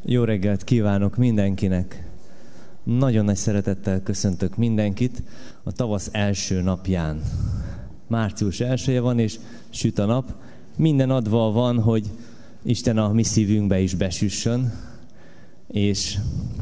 Jó reggelt kívánok mindenkinek! Nagyon nagy szeretettel köszöntök mindenkit a tavasz első napján. Március 1-je van, és süt a nap. Minden adva van, hogy Isten a mi szívünkbe is besüssön, és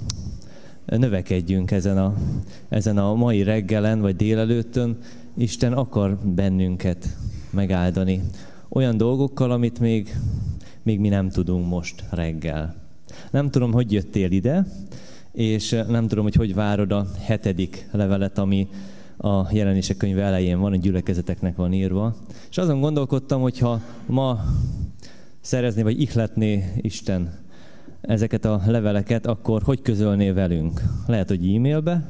növekedjünk ezen a mai reggelen, vagy délelőttön. Isten akar bennünket megáldani olyan dolgokkal, amit még mi nem tudunk most reggel. Nem tudom, hogy jöttél ide, és nem tudom, hogy várod a 7. levelet, ami a Jelenések könyve elején van, a gyülekezeteknek van írva. És azon gondolkodtam, hogyha ma szerezné, vagy ihletné Isten ezeket a leveleket, akkor hogy közölné velünk? Lehet, hogy e-mailbe,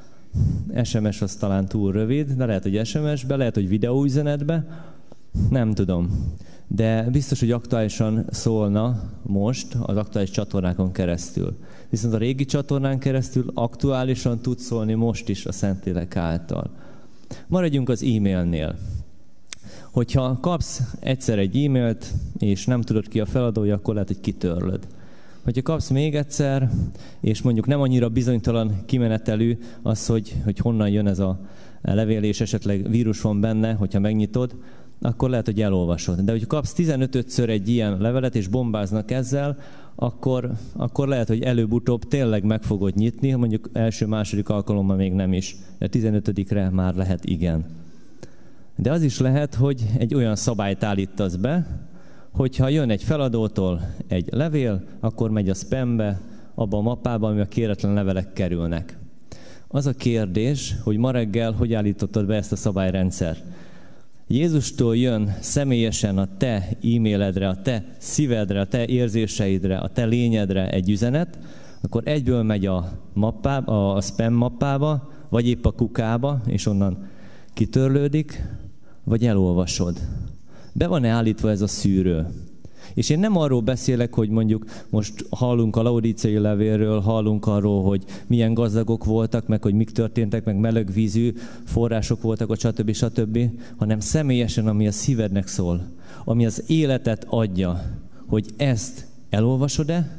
SMS az talán túl rövid, de lehet, hogy SMS-be, lehet, hogy videóüzenetbe, nem tudom. De biztos, hogy aktuálisan szólna most az aktuális csatornákon keresztül. Viszont a régi csatornán keresztül aktuálisan tud szólni most is a Szentlélek által. Maradjunk az e-mailnél. Hogyha kapsz egyszer egy e-mailt, és nem tudod ki a feladója, akkor lehet, hogy kitörlöd. Hogyha kapsz még egyszer, és mondjuk nem annyira bizonytalan kimenetelű az, hogy honnan jön ez a levél, és esetleg vírus van benne, hogyha megnyitod, akkor lehet, hogy elolvasod. De hogyha kapsz 15-ször egy ilyen levelet, és bombáznak ezzel, akkor lehet, hogy előbb-utóbb tényleg meg fogod nyitni, mondjuk első-második alkalommal még nem is, de 15-re már lehet igen. De az is lehet, hogy egy olyan szabályt állítasz be, hogyha jön egy feladótól egy levél, akkor megy a spambe, abba a mappába, ami a kéretlen levelek kerülnek. Az a kérdés, hogy ma reggel hogy állítottad be ezt a szabályrendszert. Jézustól jön személyesen a te e-mailedre, a te szívedre, a te érzéseidre, a te lényedre egy üzenet, akkor egyből megy a spam mappába, vagy épp a kukába, és onnan kitörlődik, vagy elolvasod. Be van-e állítva ez a szűrő? És én nem arról beszélek, hogy mondjuk most hallunk a laodíceai levélről, hallunk arról, hogy milyen gazdagok voltak, meg hogy mik történtek, meg meleg vízű források voltak, stb., hanem személyesen, ami a szívednek szól, ami az életet adja, hogy ezt elolvasod-e,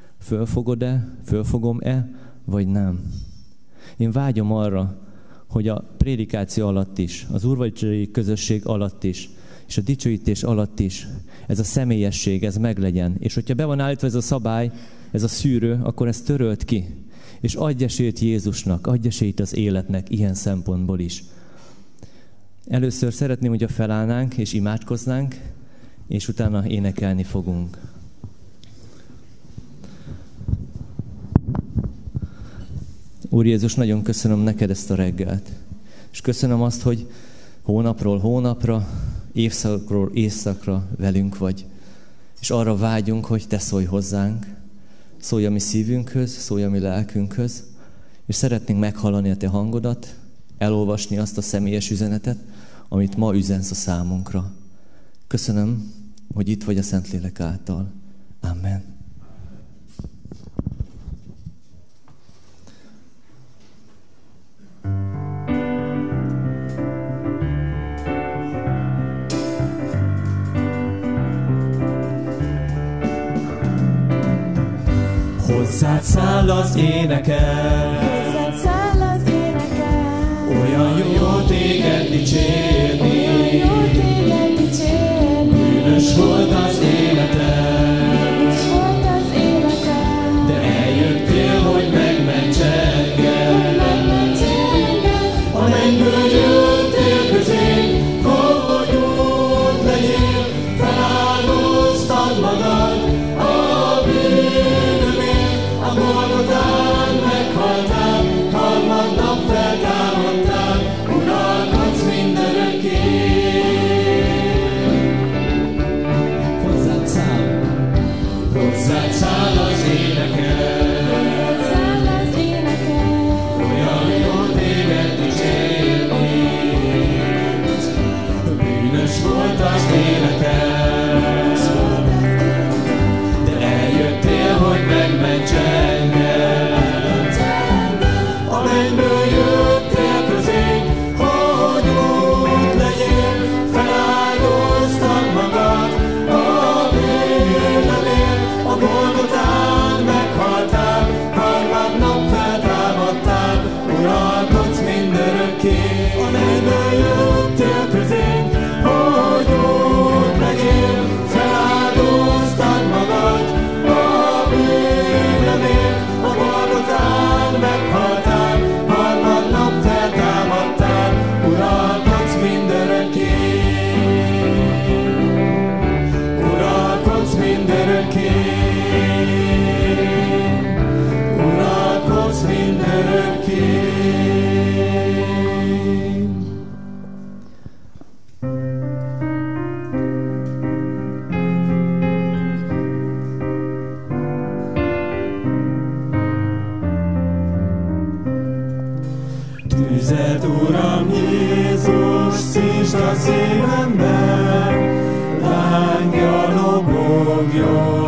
fölfogom-e, vagy nem. Én vágyom arra, hogy a prédikáció alatt is, az úrvacsorai közösség alatt is, és a dicsőítés alatt is ez a személyesség, ez meglegyen. És hogyha be van állítva ez a szabály, ez a szűrő, akkor ezt törölt ki. És adj esélyt Jézusnak, adj esélyt az életnek ilyen szempontból is. Először szeretném, hogyha felállnánk és imádkoznánk, és utána énekelni fogunk. Úr Jézus, nagyon köszönöm neked ezt a reggelt. És köszönöm azt, hogy hónapról hónapra, évszakról évszakra velünk vagy. És arra vágyunk, hogy te szólj hozzánk, szólj a mi szívünkhöz, szólj a mi lelkünkhöz, és szeretnénk meghallani a te hangodat, elolvasni azt a személyes üzenetet, amit ma üzensz a számunkra. Köszönöm, hogy itt vagy a Szentlélek által. Amen. Hozzád száll az énekel, olyan jó téged dicsérni, bűnös volt az életed, de eljöttél, hogy megments engem. A mennyből jöttél közénk, hogy úgy legyél, feláldoztad magad a bűnömért, a Golgotán meghaltál, harmadnap feltámadtál, uralkodsz mindörökké. Hozzád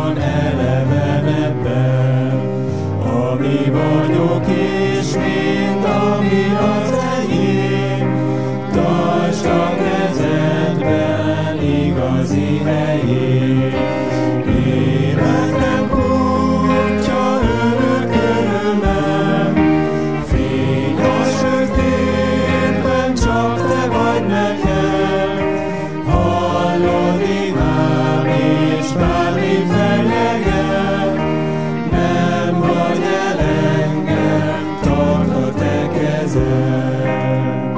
van elevenebben, ami vagyok és mind, ami az enyém. Tartsd a kezedben igazi helyét. Életem útja, örök örömem, fény a sötétben, csak te vagy nekem. Hallod imám, és bármi fenyeget, nem hagy el engem, tart a te kezed.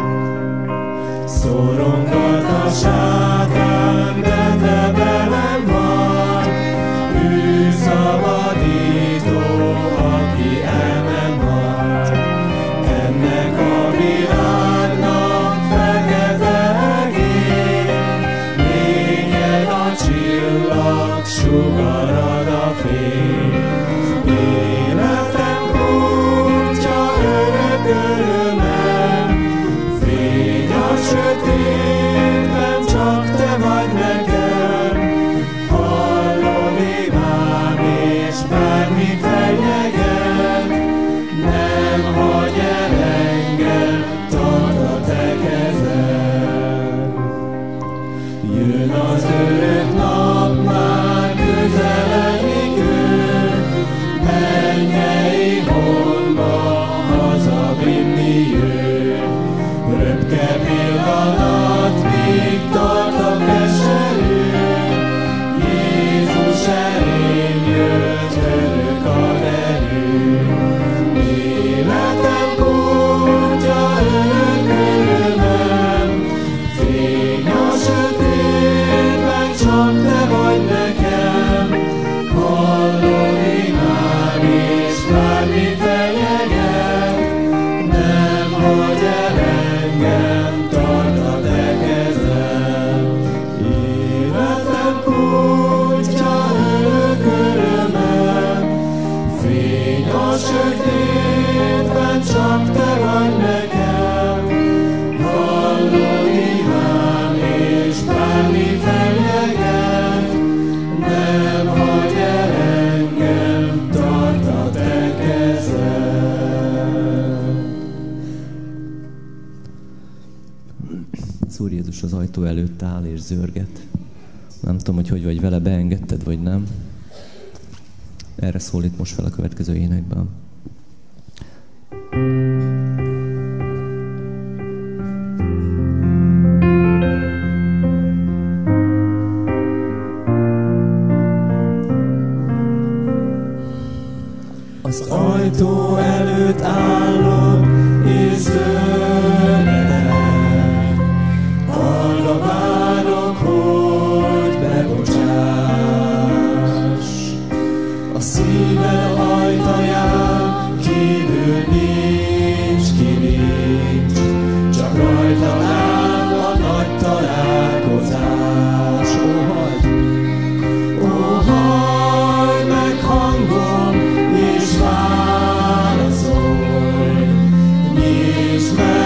Szorongat a sátán, de te velem vagy, ő szabadító, aki el nem hagy. Ennek a világnak fekete egér, lényed a csillag, sugarad a fény. Életem útja, örök örömem, fény a sötétben, csak te vagy nekem. Hallod imám, és bármi fenyeget, nem hagy el engem, tart a te kezed. Jön az örök nap, már közeledik ő, mennyei honba hazavinni jő. Röpke pillanat, míg tart a keserű, Jézus elém jött, örök a derű. Életem útja, örök örömem, fény a sötétben, csak te vagy nekem. Hallod imám, és bármi fenyeget, nem hagy el engem, tart a te kezed. Életem útja, örök örömem, fény a sötétben, csak te vagy nekem. Hallod imám, és bármi fenyeget, nem hagy el engem, tart a te kezed. Az Úr Jézus az ajtó előtt áll és zörget. Nem tudom, hogy vagy vele, beengedted, vagy nem. Erre szólít most fel a következő énekben. Az ajtó előtt állok, és zörgetek. Arra várok, hogy bebocsáss. A szíved ajtaján kívül nincs kilincs, csak rajta áll a nagy találkozás. Ó, halld meg hangom, és válaszolj, nyisd meg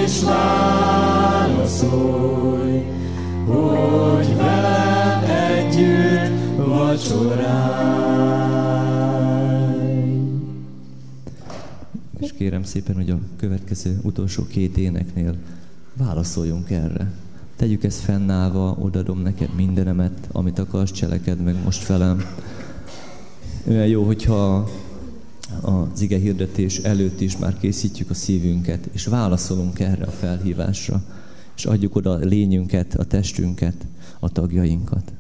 és válaszolj, hogy velem együtt vacsorálj. És kérem szépen, hogy a következő utolsó 2 éneknél válaszoljunk erre. Tegyük ezt fennállva, odadom neked mindenemet, amit akarsz, cselekedd meg most velem. Olyan jó, hogyha az ige hirdetés előtt is már készítjük a szívünket, és válaszolunk erre a felhívásra, és adjuk oda a lényünket, a testünket, a tagjainkat.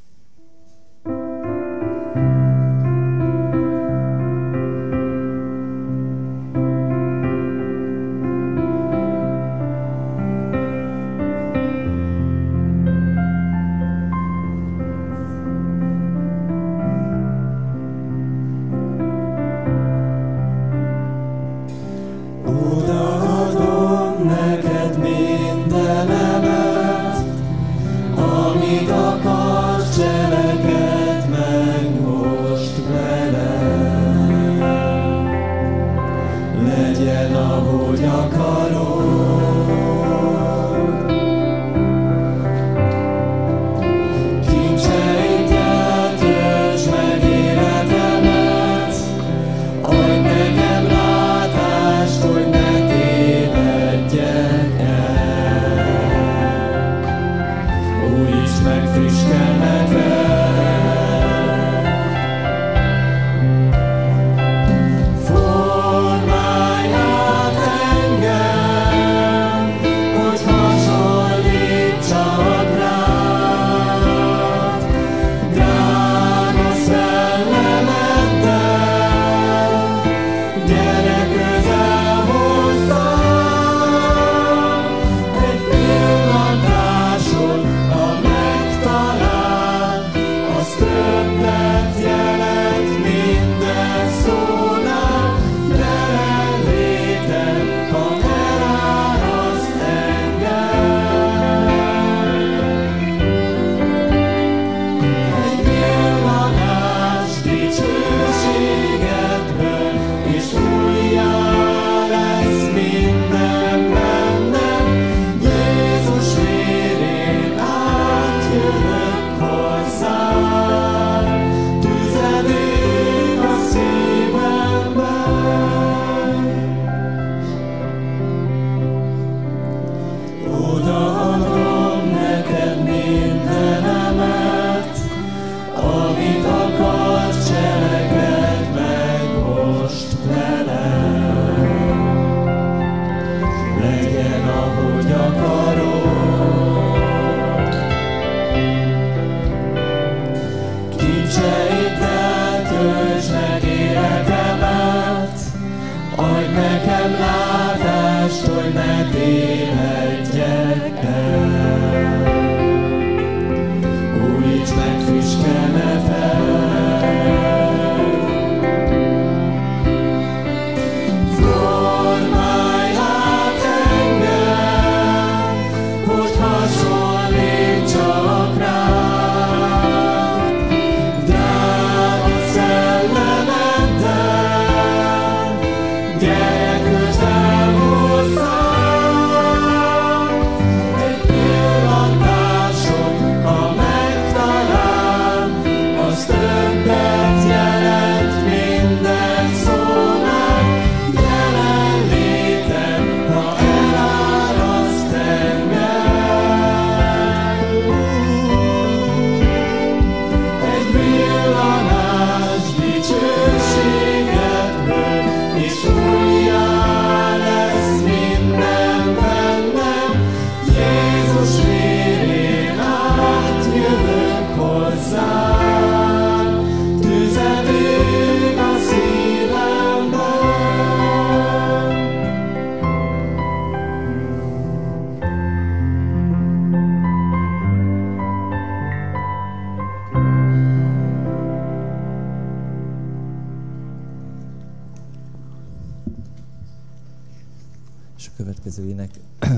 És a következő ének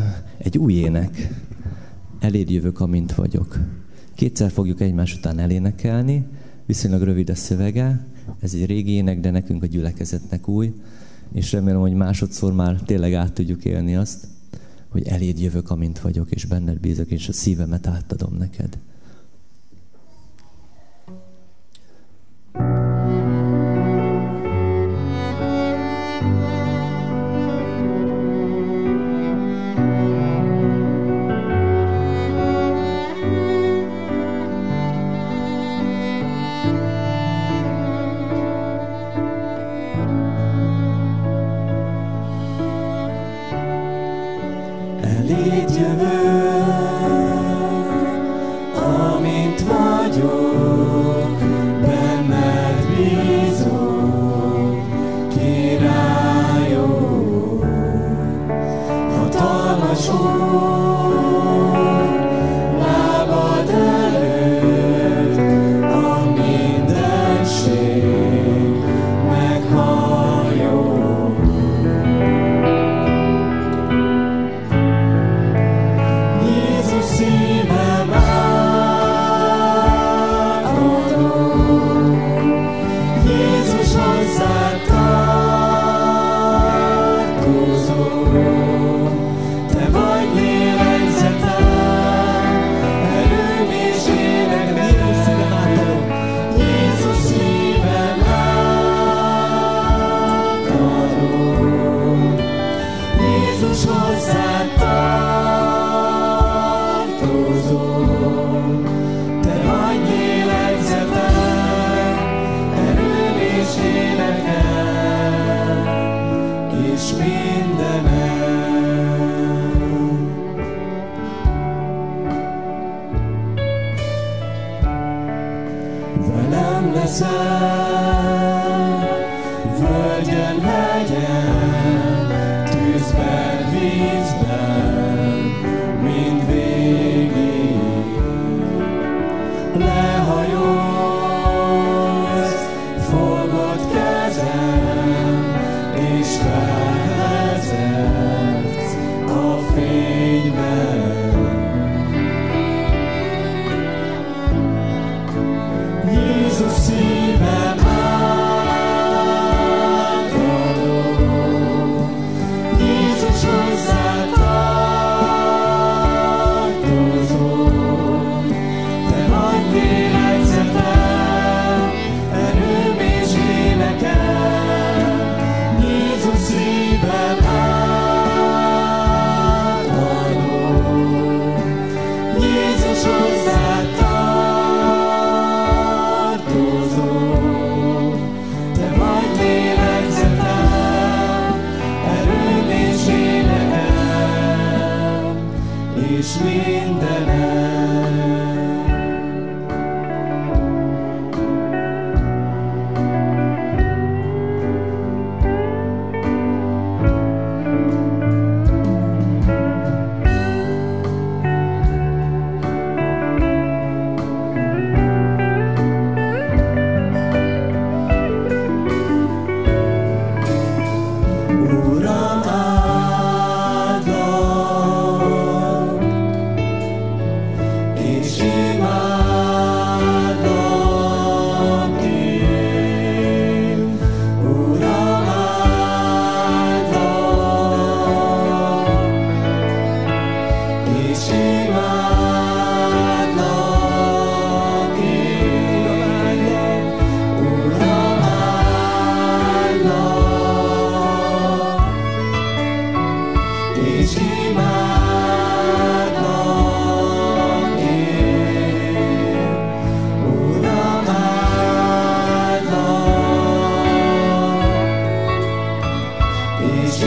egy új ének. Eléd jövök, amint vagyok. 2-szer fogjuk egymás után elénekelni, viszonylag rövid a szövege. Ez egy régi ének, de nekünk a gyülekezetnek új, és remélem, hogy másodszor már tényleg át tudjuk élni azt, hogy eléd jövök, amint vagyok, és benned bízok, és a szívemet átadom neked. Eléd jövök, amint vagyok, benned bízom, királyom. Hatalmas Úr, lábad előtt a mindenség meghajol. Szívem átadom, Jézus, hozzád tartozom. Te vagy lélegzetem, erőm és életem. Jézus, szívem átadom, Jézus, hozzád tartozom. Te vagy lélegzetem, erőm és életem, és mindenem. Velem leszel, völgyen, hegyen, tűzben, vízben, mindvégig. Lehajolsz, fogod kezem, és felvezetsz a fényben. Jézus, szívem átadom, Jézus, hozzád tartozom. Te vagy lélegzetem, erőm és énekem. Jézus, szívem átadom, Jézus, hozzád tartozom. Te vagy lélegzetem, erőm és énekem, és mindenem. Uram, áldlak, és imádlak én. Uram, áldlak, és imádlak én. Uram, áldlak, és imádlak én. Uram, áldlak, és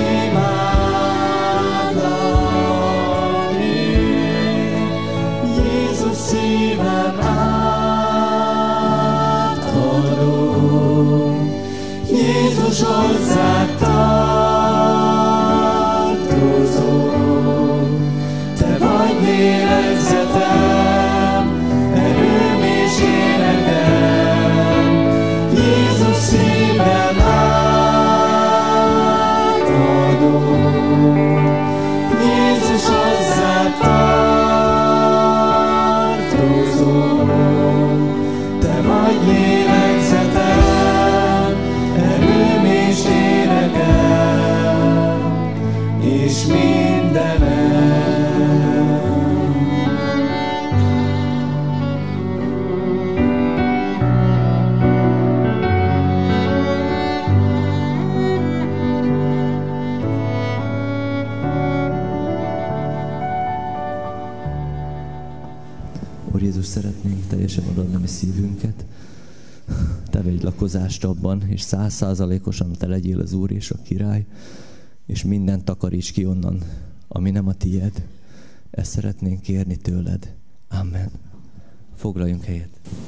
imádlak én. Jézus, szívem átadom, Jézus, hozzád tartozom. Te vagy lélegzetem, erőm és énekem. Jézus, szívem átadom, Jézus, hozzád tartozom. Te vagy lélegzetem, erőm és énekem, Jézus, szeretnénk teljesen odaadni mi szívünket. Te védj lakozást abban, és 100%-osan te legyél az Úr és a Király, és mindent takaríts ki onnan, ami nem a tied. Ezt szeretnénk kérni tőled. Amen. Foglaljunk helyet.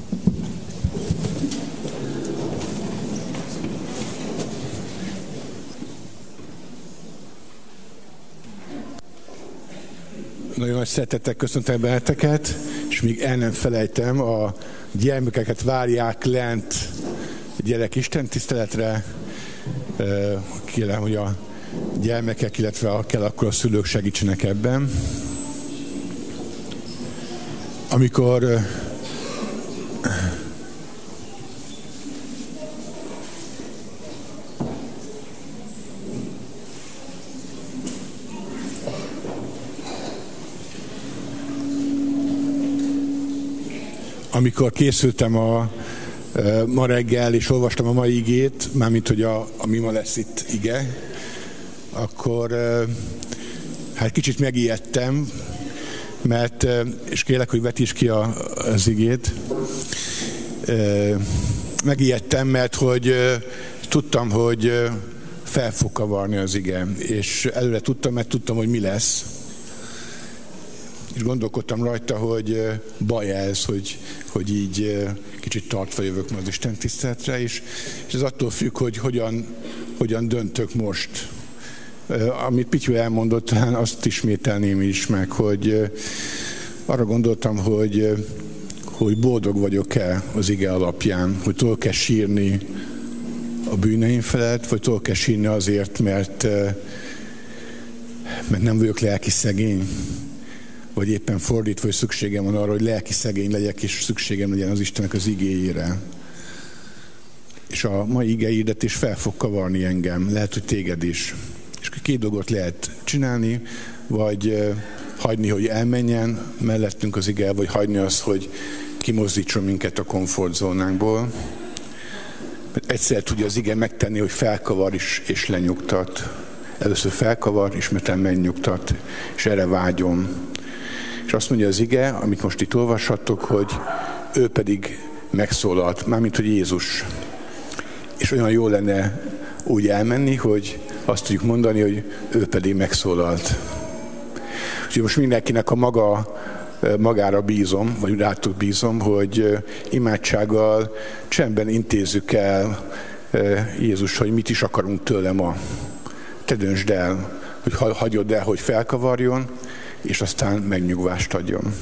Nagyon nagy szeretettel köszöntöm benneteket, és még el nem felejtem, a gyermekeket várják lent gyerek Isten tiszteletre. Kérem, hogy a gyermekek, illetve ha kell, akkor a szülők segítsenek ebben. Amikor készültem ma reggel, és olvastam a mai igét, mármint, hogy ami ma lesz itt ige, akkor hát kicsit megijedtem, mert, és kérlek, hogy vetíts ki az igét, megijedtem, mert hogy tudtam, hogy fel fog kavarni az ige, és előre tudtam, mert tudtam, hogy mi lesz. És gondolkodtam rajta, hogy baj ez, hogy így kicsit tartva jövök ma az Isten tiszteletre, és ez attól függ, hogy hogyan döntök most. Amit Pityu elmondott, talán azt ismételném is meg, hogy arra gondoltam, hogy boldog vagyok-e az ige alapján, hogy tudok-e sírni a bűneim felett, vagy tudok-e sírni azért, mert nem vagyok lelki szegény, vagy éppen fordítva, hogy szükségem van arra, hogy lelki szegény legyek, és szükségem legyen az Istennek az igéjére. És a mai igehirdetés fel fog kavarni engem, lehet, hogy téged is. És két dolgot lehet csinálni, vagy hagyni, hogy elmenjen mellettünk az ige, vagy hagyni azt, hogy kimozdítson minket a komfortzónánkból. Mert egyszer tudja az ige megtenni, hogy felkavar és lenyugtat. Először felkavar, ismételten megnyugtat, és erre vágyom. És azt mondja az ige, amit most itt olvashattok, hogy ő pedig megszólalt, mármint, hogy Jézus. És olyan jó lenne úgy elmenni, hogy azt tudjuk mondani, hogy ő pedig megszólalt. Úgyhogy most mindenkinek magára bízom, vagy rátok bízom, hogy imádsággal csendben intézzük el Jézus, hogy mit is akarunk tőle ma. Te döntsd el, hogy hagyod el, hogy felkavarjon, és aztán megnyugvást adjon.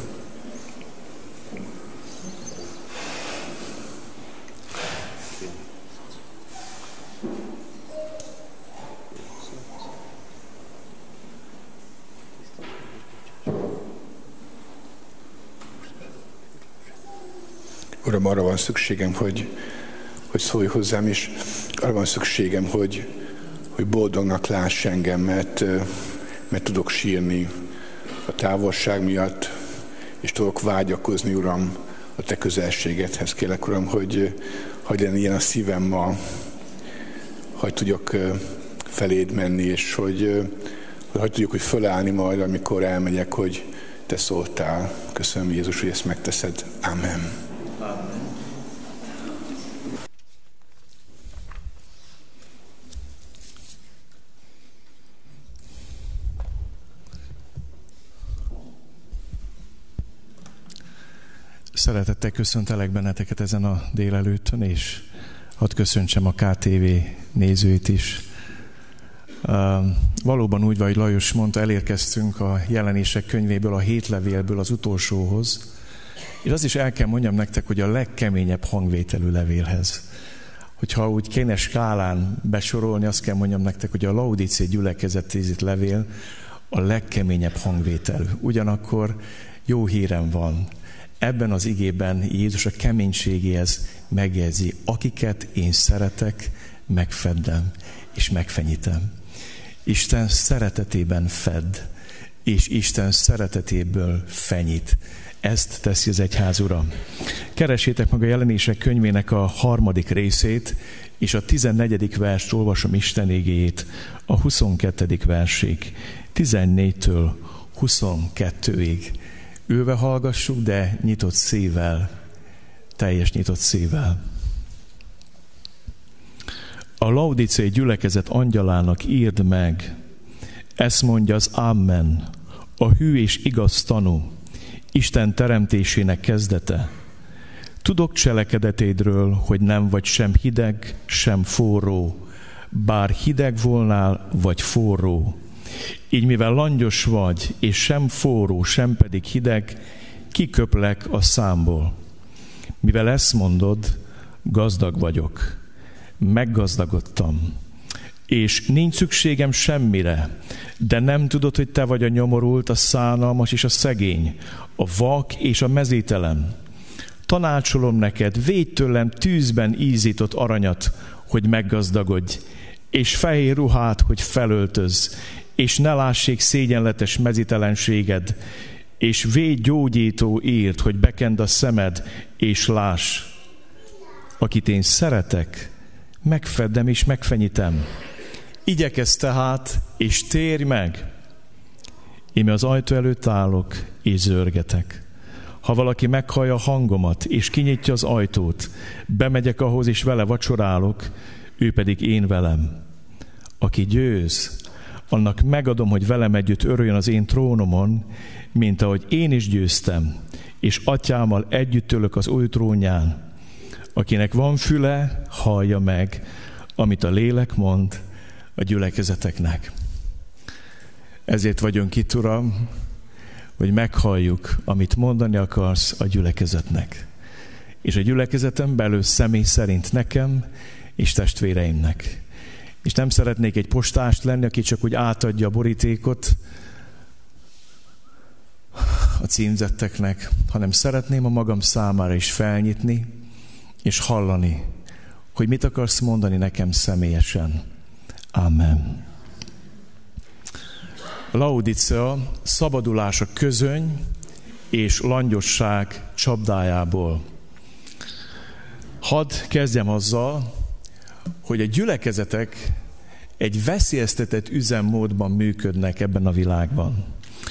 Uram, arra van szükségem, hogy szólj hozzám, és arra van szükségem, hogy boldognak láss engem, mert tudok sírni a távolság miatt, és tudok vágyakozni, Uram, a Te közelségedhez. Kérlek, Uram, hogy legyen ilyen a szívem ma, hogy tudjak feléd menni, és hogy tudjuk, hogy fölállni majd, amikor elmegyek, hogy Te szóltál. Köszönöm, Jézus, hogy ezt megteszed. Amen. Szeretettel köszöntelek benneteket ezen a délelőttön, és hadd köszöntsem a KTV nézőit is. Valóban úgy, ahogy Lajos mondta, elérkeztünk a Jelenések könyvéből, a 7 levélből az utolsóhoz. És azt is el kell mondjam nektek, hogy a legkeményebb hangvételű levélhez. Hogyha úgy kéne skálán besorolni, azt kell mondjam nektek, hogy a Laudicé gyülekezeti levél a legkeményebb hangvételű. Ugyanakkor jó hírem van. Ebben az igében Jézus a keménységéhez megjegyzi, akiket én szeretek, megfeddem és megfenyítem. Isten szeretetében fedd, és Isten szeretetéből fenyít. Ezt teszi az egyház ura. Keresétek meg a Jelenések könyvének a 3. részét, és a 14. verst olvasom Isten igéjét, a 22. versig, 14-től 22-ig. ülve hallgassuk, de nyitott szívvel, teljes nyitott szívvel. A laudicei gyülekezet angyalának írd meg, ezt mondja az Amen, a hű és igaz tanú, Isten teremtésének kezdete. Tudok cselekedetédről, hogy nem vagy sem hideg, sem forró, bár hideg volnál, vagy forró. Így mivel langyos vagy, és sem forró, sem pedig hideg, kiköplek a számból. Mivel ezt mondod, gazdag vagyok, meggazdagodtam, és nincs szükségem semmire, de nem tudod, hogy te vagy a nyomorult, a szánalmas és a szegény, a vak és a mezítelen. Tanácsolom neked, védj tőlem tűzben ízított aranyat, hogy meggazdagodj, és fehér ruhát, hogy felöltöz, és ne lássék szégyenletes mezítelenséged, és védj gyógyító írt, hogy bekend a szemed, és láss. Akit én szeretek, megfeddem és megfenyítem. Igyekezz tehát, és térj meg. Íme az ajtó előtt állok, és zörgetek. Ha valaki meghallja a hangomat, és kinyitja az ajtót, bemegyek ahhoz, és vele vacsorálok, ő pedig én velem. Aki győz, annak megadom, hogy velem együtt örüljön az én trónomon, mint ahogy én is győztem, és atyámmal együtt ülök az új trónján. Akinek van füle, hallja meg, amit a lélek mond a gyülekezeteknek. Ezért vagyunk itt, Uram, hogy meghalljuk, amit mondani akarsz a gyülekezetnek. És a gyülekezeten belül személy szerint nekem és testvéreimnek. És nem szeretnék egy postást lenni, aki csak úgy átadja a borítékot a címzetteknek, hanem szeretném a magam számára is felnyitni, és hallani, hogy mit akarsz mondani nekem személyesen. Amen. Laodicea szabadulás a közöny és langyosság csapdájából. Hadd kezdjem azzal, hogy a gyülekezetek egy veszélyeztetett üzemmódban működnek ebben a világban.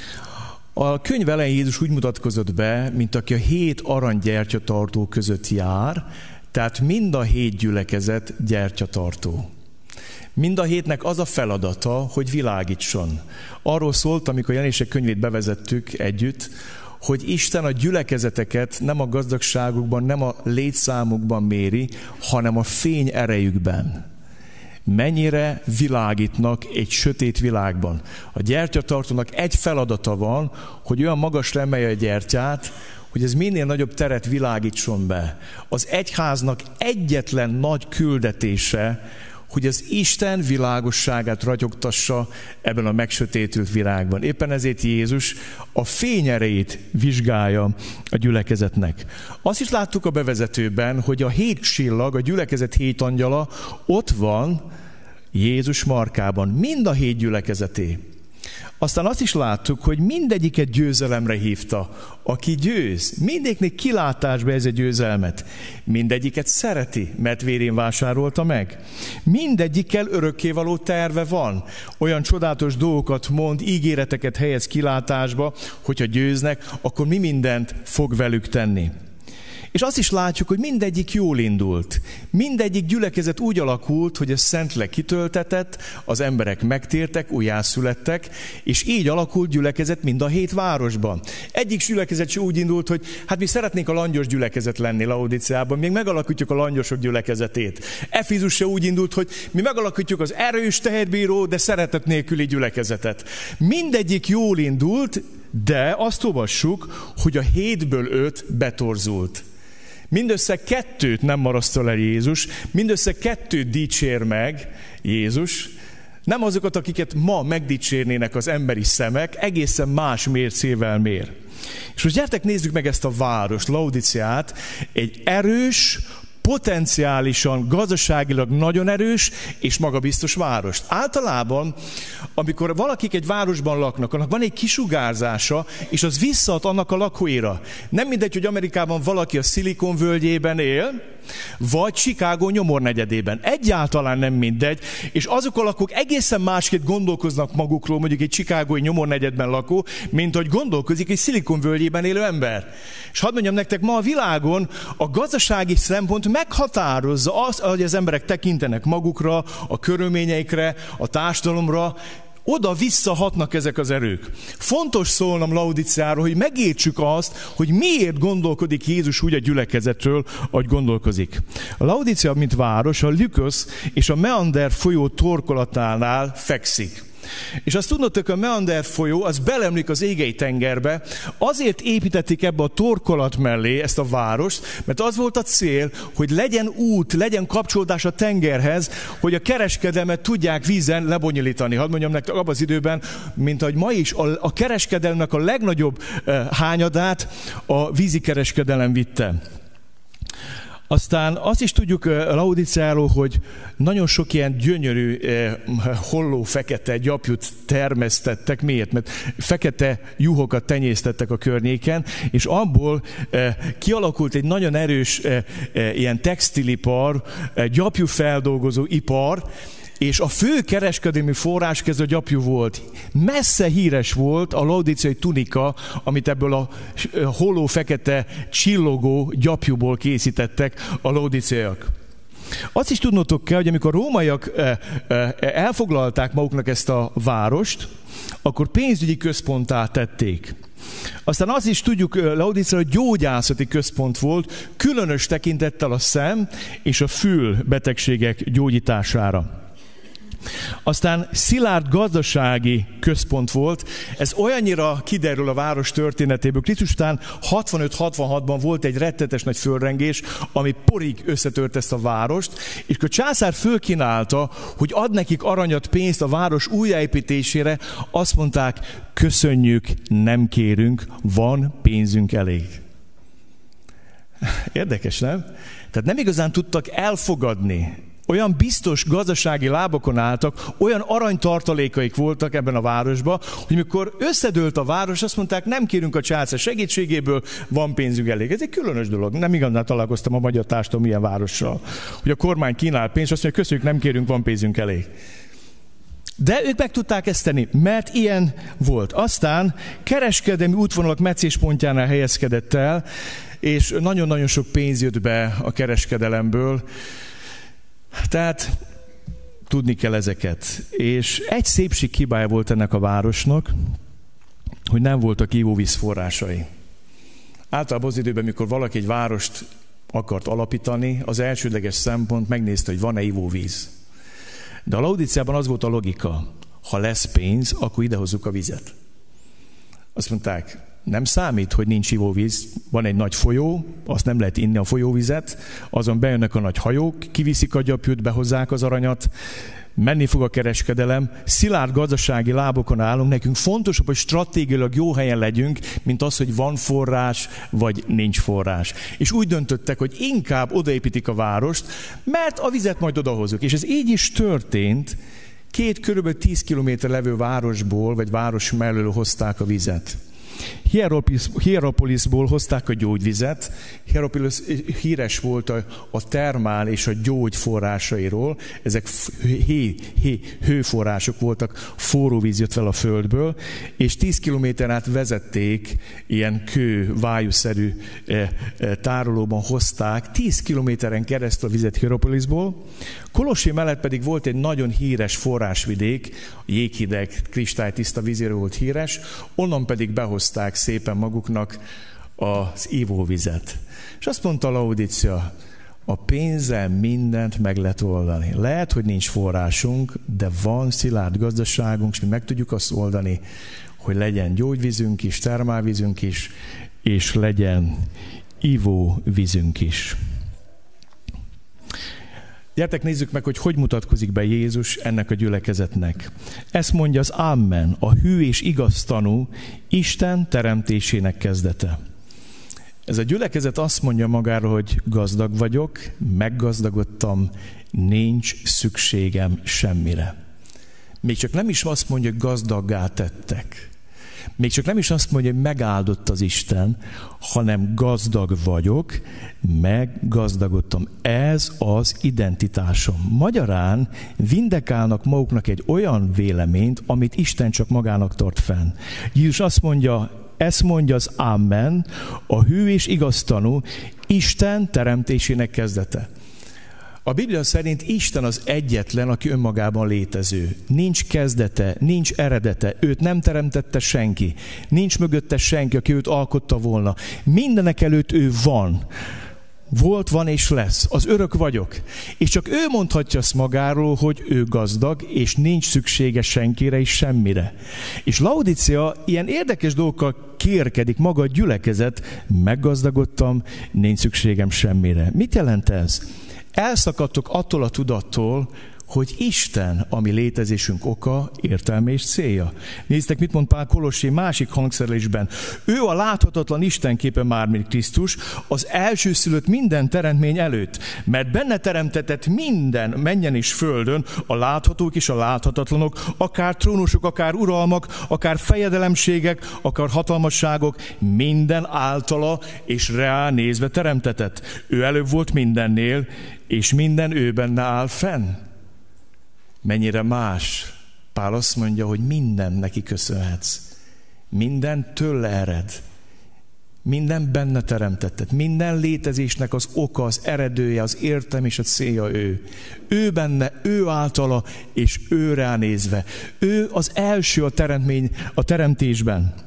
A könyv elején Jézus úgy mutatkozott be, mint aki a 7 aranygyertyatartó között jár, tehát mind a 7 gyülekezet gyertyatartó. Mind a 7-nek az a feladata, hogy világítson. Arról szólt, amikor Jelenések könyvét bevezettük együtt, hogy Isten a gyülekezeteket nem a gazdagságukban, nem a létszámukban méri, hanem a fény erejükben. Mennyire világítnak egy sötét világban. A gyertyatartónak egy feladata van, hogy olyan magasra emelje a gyertyát, hogy ez minél nagyobb teret világítson be. Az egyháznak egyetlen nagy küldetése, hogy az Isten világosságát ragyogtassa ebben a megsötétült világban. Éppen ezért Jézus a fény erejét vizsgálja a gyülekezetnek. Azt is láttuk a bevezetőben, hogy a 7 csillag, a gyülekezet 7 angyala ott van Jézus markában, mind a 7 gyülekezeté. Aztán azt is láttuk, hogy mindegyiket győzelemre hívta. Aki győz, mindegyiknek kilátásba ez a győzelmet. Mindegyiket szereti, mert vérén vásárolta meg. Mindegyikkel örökkévaló terve van. Olyan csodálatos dolgokat mond, ígéreteket helyez kilátásba, hogyha győznek, akkor mi mindent fog velük tenni. És azt is látjuk, hogy mindegyik jól indult. Mindegyik gyülekezet úgy alakult, hogy ez szentleg kitöltetett, az emberek megtértek, újjászülettek, és így alakult gyülekezet mind a 7 városban. Egyik gyülekezet sem úgy indult, hogy hát mi szeretnénk a langyos gyülekezet lenni Laodiceában, még megalakítjuk a langyosok gyülekezetét. Efézus se úgy indult, hogy mi megalakítjuk az erős, teherbíró, de szeretet nélküli gyülekezetet. Mindegyik jól indult, de azt olvassuk, hogy a 7-ből 5 betorzult. Mindössze 2 nem marasztal el Jézus, mindössze 2 dicsér meg Jézus, nem azokat, akiket ma megdicsérnének az emberi szemek, egészen más mércével mér. És most gyertek, nézzük meg ezt a várost, Laodiceát, egy erős, potenciálisan, gazdaságilag nagyon erős és magabiztos várost. Általában, amikor valakik egy városban laknak, annak van egy kisugárzása, és az visszaad annak a lakóira. Nem mindegy, hogy Amerikában valaki a Szilikon völgyében él, vagy Chicago nyomornegyedében. Egyáltalán nem mindegy, és azok a lakók egészen másképp gondolkoznak magukról, mondjuk egy chicagói nyomornegyedben lakó, mint hogy gondolkozik egy szilikonvölgyében élő ember. És hadd mondjam nektek, ma a világon a gazdasági szempont meghatározza azt, ahogy az emberek tekintenek magukra, a körülményeikre, a társadalomra, oda-vissza hatnak ezek az erők. Fontos szólnom Laodicéáról, hogy megértsük azt, hogy miért gondolkodik Jézus úgy a gyülekezetről, ahogy gondolkozik. A Laodicea, mint város, a Lükösz és a Meander folyó torkolatánál fekszik. És azt tudnotok, a Meander folyó, az belemlik az Égei tengerbe, azért építették ebbe a torkolat mellé ezt a várost, mert az volt a cél, hogy legyen út, legyen kapcsolódás a tengerhez, hogy a kereskedelmet tudják vízen lebonyolítani. Hadd mondjam nektek, abban az időben, mint ahogy ma is, a kereskedelemnek a legnagyobb hányadát a vízi kereskedelem vitte. Aztán azt is tudjuk Laodicéáról, hogy nagyon sok ilyen gyönyörű, holló, fekete gyapjút termesztettek. Miért? Mert fekete juhokat tenyésztettek a környéken, és abból kialakult egy nagyon erős ilyen textilipar, gyapjúfeldolgozó ipar, és a fő kereskedelmi forrás ez a gyapjú volt. Messze híres volt a laodicei tunika, amit ebből a holló, fekete, csillogó gyapjúból készítettek a laodiceiak. Azt is tudnotok kell, hogy amikor a rómaiak elfoglalták maguknak ezt a várost, akkor pénzügyi központtá tették. Aztán azt is tudjuk, Laodicea, hogy gyógyászati központ volt, különös tekintettel a szem és a fül betegségek gyógyítására. Aztán szilárd gazdasági központ volt. Ez olyannyira kiderül a város történetéből. Krisztus után 65-66-ban volt egy rettetes nagy földrengés, ami porig összetört ezt a várost, és a császár fölkínálta, hogy ad nekik aranyat, pénzt a város újjáépítésére, azt mondták, köszönjük, nem kérünk, van pénzünk elég. Érdekes, nem? Tehát nem igazán tudtak elfogadni. Olyan biztos gazdasági lábakon álltak, olyan aranytartalékaik voltak ebben a városban, hogy mikor összedőlt a város, azt mondták, nem kérünk a császár segítségéből, van pénzünk elég. Ez egy különös dolog. Nem igazán találkoztam a magyar társadalom ilyen várossal, hogy a kormány kínál pénzt, azt mondja, köszönjük, nem kérünk, van pénzünk elég. De ők meg tudták ezt tenni, mert ilyen volt. Aztán kereskedelmi útvonalak meccéspontjánál helyezkedett el, és nagyon-nagyon sok pénz jött be a kereskedelemből. Tehát tudni kell ezeket. És egy szépség hibája volt ennek a városnak, hogy nem voltak ivóvíz forrásai. Általában az időben, mikor valaki egy várost akart alapítani, az elsődleges szempont megnézte, hogy van-e ivóvíz. De a Laodiceában az volt a logika, ha lesz pénz, akkor idehozzuk a vizet. Azt mondták, nem számít, hogy nincs ivóvíz, van egy nagy folyó, azt nem lehet inni a folyóvizet, azon bejönnek a nagy hajók, kiviszik a gyapjút, behozzák az aranyat, menni fog a kereskedelem, szilárd gazdasági lábokon állunk, nekünk fontosabb, hogy stratégiailag jó helyen legyünk, mint az, hogy van forrás, vagy nincs forrás. És úgy döntöttek, hogy inkább odaépítik a várost, mert a vizet majd odahozzuk. És ez így is történt, két körülbelül 10 kilométer levő városból, vagy város mellől hozták a vizet. Hierapolisból hozták a gyógyvizet. Hierapolis híres volt a termál és a gyógy forrásairól. Ezek hőforrások voltak, forró víz jött fel a földből, és 10 kilométer át vezették, ilyen vájuszerű tárolóban hozták 10 kilométeren keresztül a vizet Hierapolisból. Kolossi mellett pedig volt egy nagyon híres forrásvidék, jéghideg, kristálytiszta vízéről volt híres, onnan pedig behozták szépen maguknak az ivóvizet. És azt mondta Laodicea, a pénzzel mindent meg lehet oldani. Lehet, hogy nincs forrásunk, de van szilárd gazdaságunk, és mi meg tudjuk azt oldani, hogy legyen gyógyvízünk is, termálvízünk is, és legyen ivóvízünk is. Gyertek, nézzük meg, hogy mutatkozik be Jézus ennek a gyülekezetnek. Ezt mondja az Amen, a hű és igaz tanú, Isten teremtésének kezdete. Ez a gyülekezet azt mondja magáról, hogy gazdag vagyok, meggazdagodtam, nincs szükségem semmire. Még csak nem is azt mondja, hogy gazdaggá tettek. Még csak nem is azt mondja, hogy megáldott az Isten, hanem gazdag vagyok, meggazdagodtam. Ez az identitásom. Magyarán vindekálnak maguknak egy olyan véleményt, amit Isten csak magának tart fenn. Jézus azt mondja, ezt mondja az Amen, a hű és igaztanú, Isten teremtésének kezdete. A Biblia szerint Isten az egyetlen, aki önmagában létező. Nincs kezdete, nincs eredete, őt nem teremtette senki. Nincs mögötte senki, aki őt alkotta volna. Mindenek előtt ő van. Volt, van és lesz. Az örök vagyok. És csak ő mondhatja azt magáról, hogy ő gazdag, és nincs szüksége senkire és semmire. És Laodicea ilyen érdekes dolgokkal kérkedik, maga a gyülekezet, meggazdagodtam, nincs szükségem semmire. Mit jelent ez? Elszakadtok attól a tudattól, hogy Isten a mi létezésünk oka, értelme és célja. Nézzétek, mit mond Pál Kolossé másik hangszerelésben. Ő a láthatatlan Istenképe mármint Krisztus, az elsőszülött minden teremtmény előtt, mert benne teremtetett minden mennyen és földön, a láthatók és a láthatatlanok, akár trónusok, akár uralmak, akár fejedelemségek, akár hatalmasságok, minden általa és rá nézve teremtetett. Ő előbb volt mindennél, és minden ő benne áll fenn. Mennyire más. Pál azt mondja, hogy minden neki köszönhetsz. Minden tőle ered. Minden benne teremtettet. Minden létezésnek az oka, az eredője, az értelme és a célja ő. Ő benne, ő általa, és ő ránézve. Ő az első a teremtésben.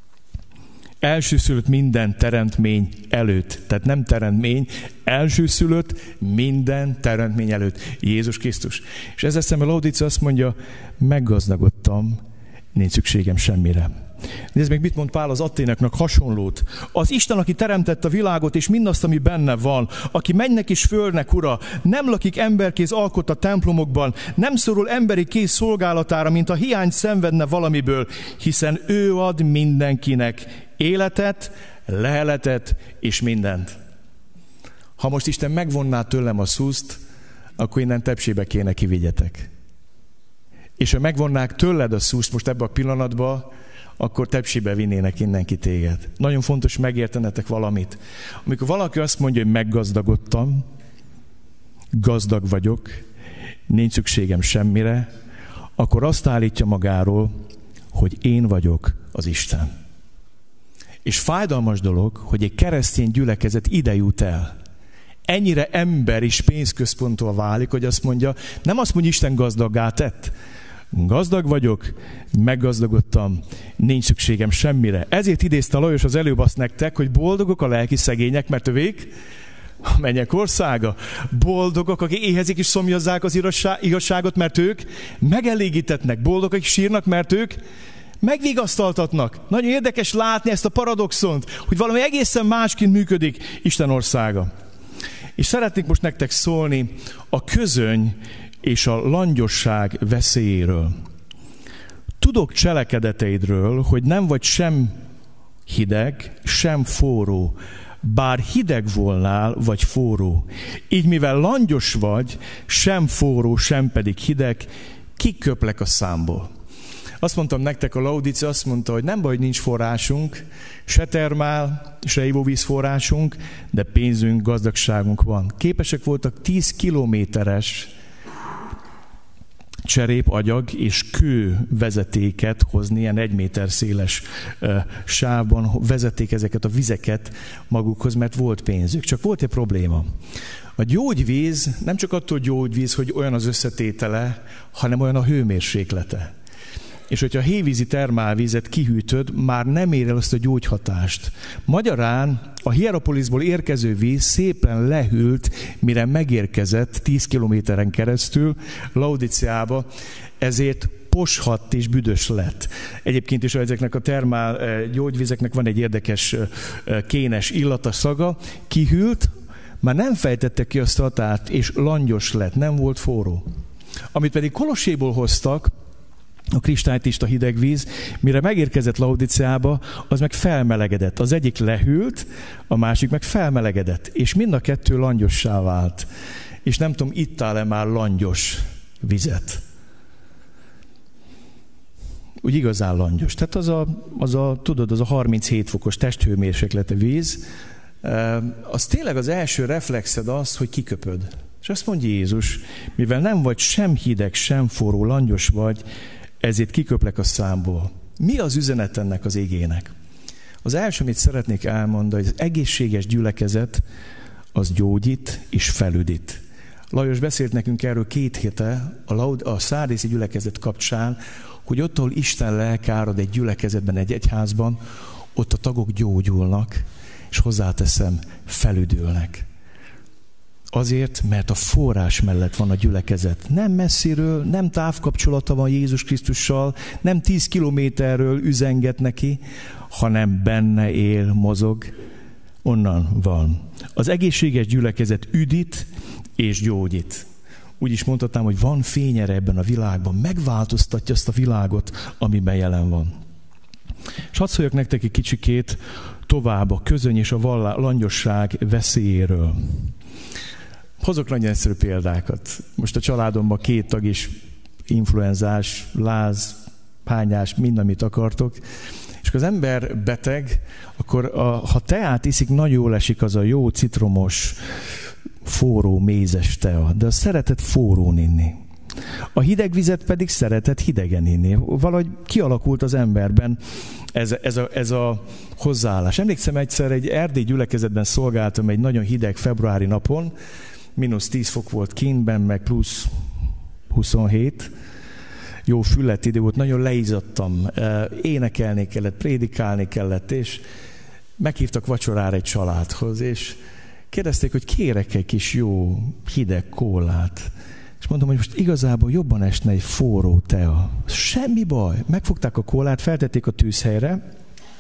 Elsőszülött minden teremtmény előtt. Tehát nem teremtmény, elsőszülött minden teremtmény előtt. Jézus Krisztus. És ezzel szemben Laodicea azt mondja, meggazdagodtam, nincs szükségem semmire. Nézd meg, mit mond Pál az atténeknak hasonlót. Az Isten, aki teremtette a világot és mindazt, ami benne van, aki mennek és földnek ura, nem lakik emberkéz alkott a templomokban, nem szorul emberi kéz szolgálatára, mint a hiány szenvedne valamiből, hiszen ő ad mindenkinek életet, leheletet és mindent. Ha most Isten megvonná tőlem a szúzt, akkor innen Tepsébe kéne kivigyetek. És ha megvonnák tőled a szúzt most ebben a pillanatban, akkor Tepsibe vinnének innen ki téged. Nagyon fontos megértenetek valamit. Amikor valaki azt mondja, hogy meggazdagodtam, gazdag vagyok, nincs szükségem semmire, akkor azt állítja magáról, hogy én vagyok az Isten. És fájdalmas dolog, hogy egy keresztény gyülekezet ide jut el. Ennyire ember és pénzközponttól válik, hogy azt mondja, nem azt mondja, Isten gazdaggá tett. Gazdag vagyok, meggazdagodtam, nincs szükségem semmire. Ezért idézte Lajos az előbb azt nektek, hogy boldogok a lelki szegények, mert övék a mennyek országa. Boldogok, akik éhezik és szomjazzák az igazságot, mert ők megelégítetnek. Boldogok, akik sírnak, mert ők megvigasztaltatnak. Nagyon érdekes látni ezt a paradoxont, hogy valami egészen másként működik Isten országa. És szeretnék most nektek szólni a közöny és a langyosság veszélyéről. Tudok cselekedeteidről, hogy nem vagy sem hideg, sem forró, bár hideg volnál, vagy forró. Így mivel langyos vagy, sem forró, sem pedig hideg, kiköplek a számból. Azt mondtam nektek, a Laodicea azt mondta, hogy nem baj, hogy nincs forrásunk, se termál, se ivóvíz forrásunk, de pénzünk, gazdagságunk van. Képesek voltak 10 kilométeres cserépanyag és kő vezetéket hozni, ilyen 1 méter széles sávban vezették ezeket a vizeket magukhoz, mert volt pénzük. Csak volt egy probléma. A gyógyvíz nem csak attól gyógyvíz, hogy olyan az összetétele, hanem olyan a hőmérséklete. És hogyha a hévízi termálvízet kihűtöd, már nem ér el azt a gyógyhatást. Magyarán a Hierapolisból érkező víz szépen lehűlt, mire megérkezett 10 kilométeren keresztül Laodiceába, ezért poshadt és büdös lett. Egyébként is ezeknek a termál gyógyvizeknek van egy érdekes kénes illata, szaga, kihűlt, már nem fejtette ki a szatát, és langyos lett, nem volt forró. Amit pedig Kolosséból hoztak, a kristálytiszta hideg víz, mire megérkezett Laodiceába, az meg felmelegedett. Az egyik lehűlt, a másik meg felmelegedett, és mind a kettő langyossá vált. És nem tudom, ittál-e már langyos vizet. úgy igazán langyos. Tehát az a 37 fokos testhőmérsékletű víz, az tényleg az első reflexed az, hogy kiköpöd. És azt mondja Jézus, mivel nem vagy sem hideg, sem forró, langyos vagy, ezért kiköplek a számból. Mi az üzenet ennek az igének? Az első, amit szeretnék elmondani, hogy az egészséges gyülekezet az gyógyít és felüdít. Lajos beszélt nekünk erről 2 hete a szárdészi gyülekezet kapcsán, hogy ott, ahol Isten lelke árad egy gyülekezetben, egy egyházban, ott a tagok gyógyulnak, és hozzáteszem, felüdülnek. Azért, mert a forrás mellett van a gyülekezet. Nem messziről, nem távkapcsolata van Jézus Krisztussal, nem 10 kilométerről üzenget neki, hanem benne él, mozog, onnan van. Az egészséges gyülekezet üdít és gyógyít. Úgy is mondhatnám, hogy van fényere ebben a világban, megváltoztatja azt a világot, amiben jelen van. És hadd szóljak nektek egy kicsikét tovább a közöny és a langyosság veszélyéről. Hozok nagyon egyszerű példákat. Most a családomban 2 tag is influenzás, láz, hányás, mind, amit akartok. És az ember beteg, akkor ha teát iszik, nagyon jól esik az a jó citromos, forró, mézes tea, de szeretett forrón inni. A hideg vizet pedig szeretett hidegen inni. Valahogy kialakult az emberben ez a hozzáállás. Emlékszem, egyszer egy erdélyi gyülekezetben szolgáltam egy nagyon hideg februári napon, -10 fok volt kintben, meg plusz 27. Jó füllet idő volt, nagyon leizzadtam. Énekelni kellett, prédikálni kellett, és meghívtak vacsorára egy családhoz, és kérdezték, hogy kérek egy kis jó hideg kólát. És mondom, hogy most igazából jobban esne egy forró tea. Semmi baj. Megfogták a kólát, feltették a tűzhelyre,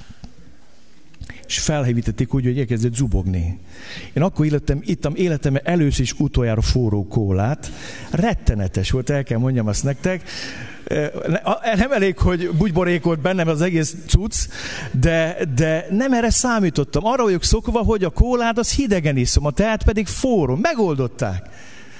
és felhívítették úgy, hogy elkezdett zubogni. Én akkor ittam életemben először is utoljára forró kólát. Rettenetes volt, el kell mondjam azt nektek. Nem elég, hogy bugyborékolt bennem az egész cucc, de nem erre számítottam. Arra vagyok szokva, hogy a kólát az hidegen iszom, a teát pedig forró. Megoldották.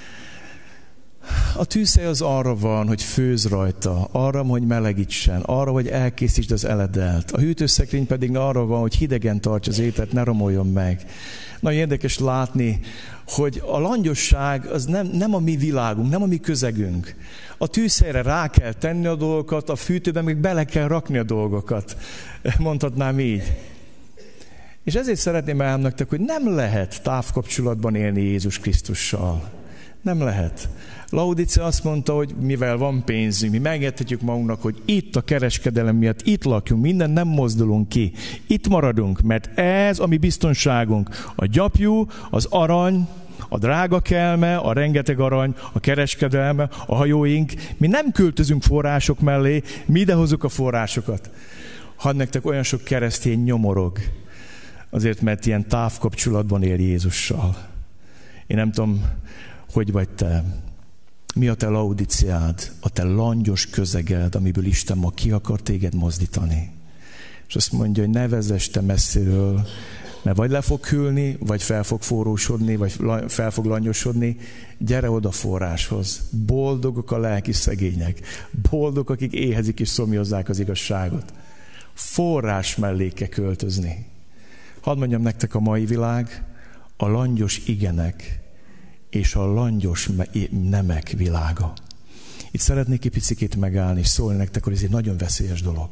A tűzhely az arra van, hogy főz rajta, arra, hogy melegítsen, arra, hogy elkészítsd az eledelt. A hűtőszekrény pedig arra van, hogy hidegen tartsa az ételt, ne romoljon meg. Nagyon érdekes látni, hogy a langyosság az nem a mi világunk, nem a mi közegünk. A tűzhelyre rá kell tenni a dolgokat, a fűtőben még bele kell rakni a dolgokat. Mondhatnám így. És ezért szeretném elmondani nektek, hogy nem lehet távkapcsolatban élni Jézus Krisztussal. Nem lehet. Laodicea azt mondta, hogy mivel van pénzünk, mi megengedhetjük magunknak, hogy itt a kereskedelem miatt, itt lakjunk, minden nem mozdulunk ki. Itt maradunk, mert ez a mi biztonságunk. A gyapjú, az arany, a drága kelme, a rengeteg arany, a kereskedelme, a hajóink. Mi nem költözünk források mellé, mi idehozunk a forrásokat. Hadd nektek olyan sok keresztény nyomorog, azért mert ilyen távkapcsolatban él Jézussal. Én nem tudom, hogy vagy te. Mi a te Laodiceád, a te langyos közeged, amiből Isten ma ki akar téged mozdítani. És azt mondja, hogy ne vezess te messziről, mert vagy le fog hűlni, vagy fel fog forrósodni, vagy fel fog langyosodni. Gyere oda forráshoz. Boldogok a lelki szegények. Boldogok, akik éhezik és szomjazzák az igazságot. Forrás mellé kell költözni. Hadd mondjam nektek, a mai világ a langyos igenek és a langyos nemek világa. Itt szeretnék egy picit megállni és szólni nektek, hogy ez egy nagyon veszélyes dolog.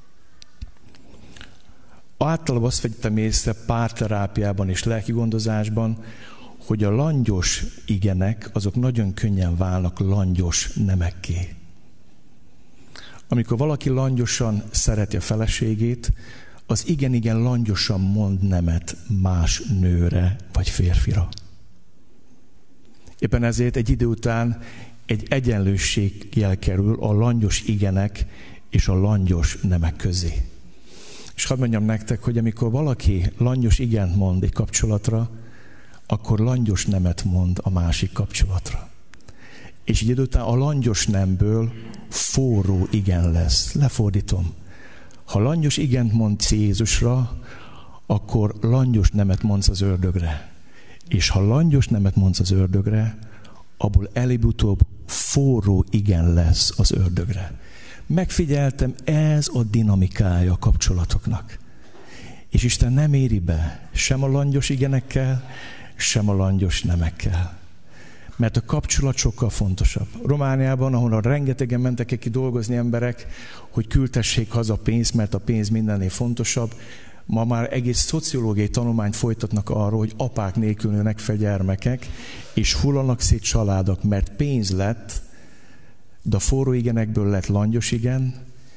Általában azt vegytem észre párterápiában és lelki gondozásban, hogy a langyos igenek, azok nagyon könnyen válnak langyos nemekké. Amikor valaki langyosan szereti a feleségét, az igen langyosan mond nemet más nőre vagy férfira. Éppen ezért egy idő után egy egyenlőség jel kerül a langyos igenek és a langyos nemek közé. És hadd mondjam nektek, hogy amikor valaki langyos igent mond egy kapcsolatra, akkor langyos nemet mond a másik kapcsolatra. És egy idő után a langyos nemből forró igen lesz. Lefordítom. Ha langyos igent mondsz Jézusra, akkor langyos nemet mondsz az ördögre. És ha langyos nemet mondsz az ördögre, abból előbb-utóbb forró igen lesz az ördögre. Megfigyeltem, ez a dinamikája a kapcsolatoknak. És Isten nem éri be sem a langyos igenekkel, sem a langyos nemekkel. Mert a kapcsolat sokkal fontosabb. Romániában, ahol rengetegen mentek ki dolgozni emberek, hogy küldtessék haza pénzt, mert a pénz mindennél fontosabb, ma már egész szociológiai tanulmányt folytatnak arról, hogy apák nélkül nőnek fel gyermekek, és hullanak szét családok, mert pénz lett, de a forró igenekből lett langyos igen,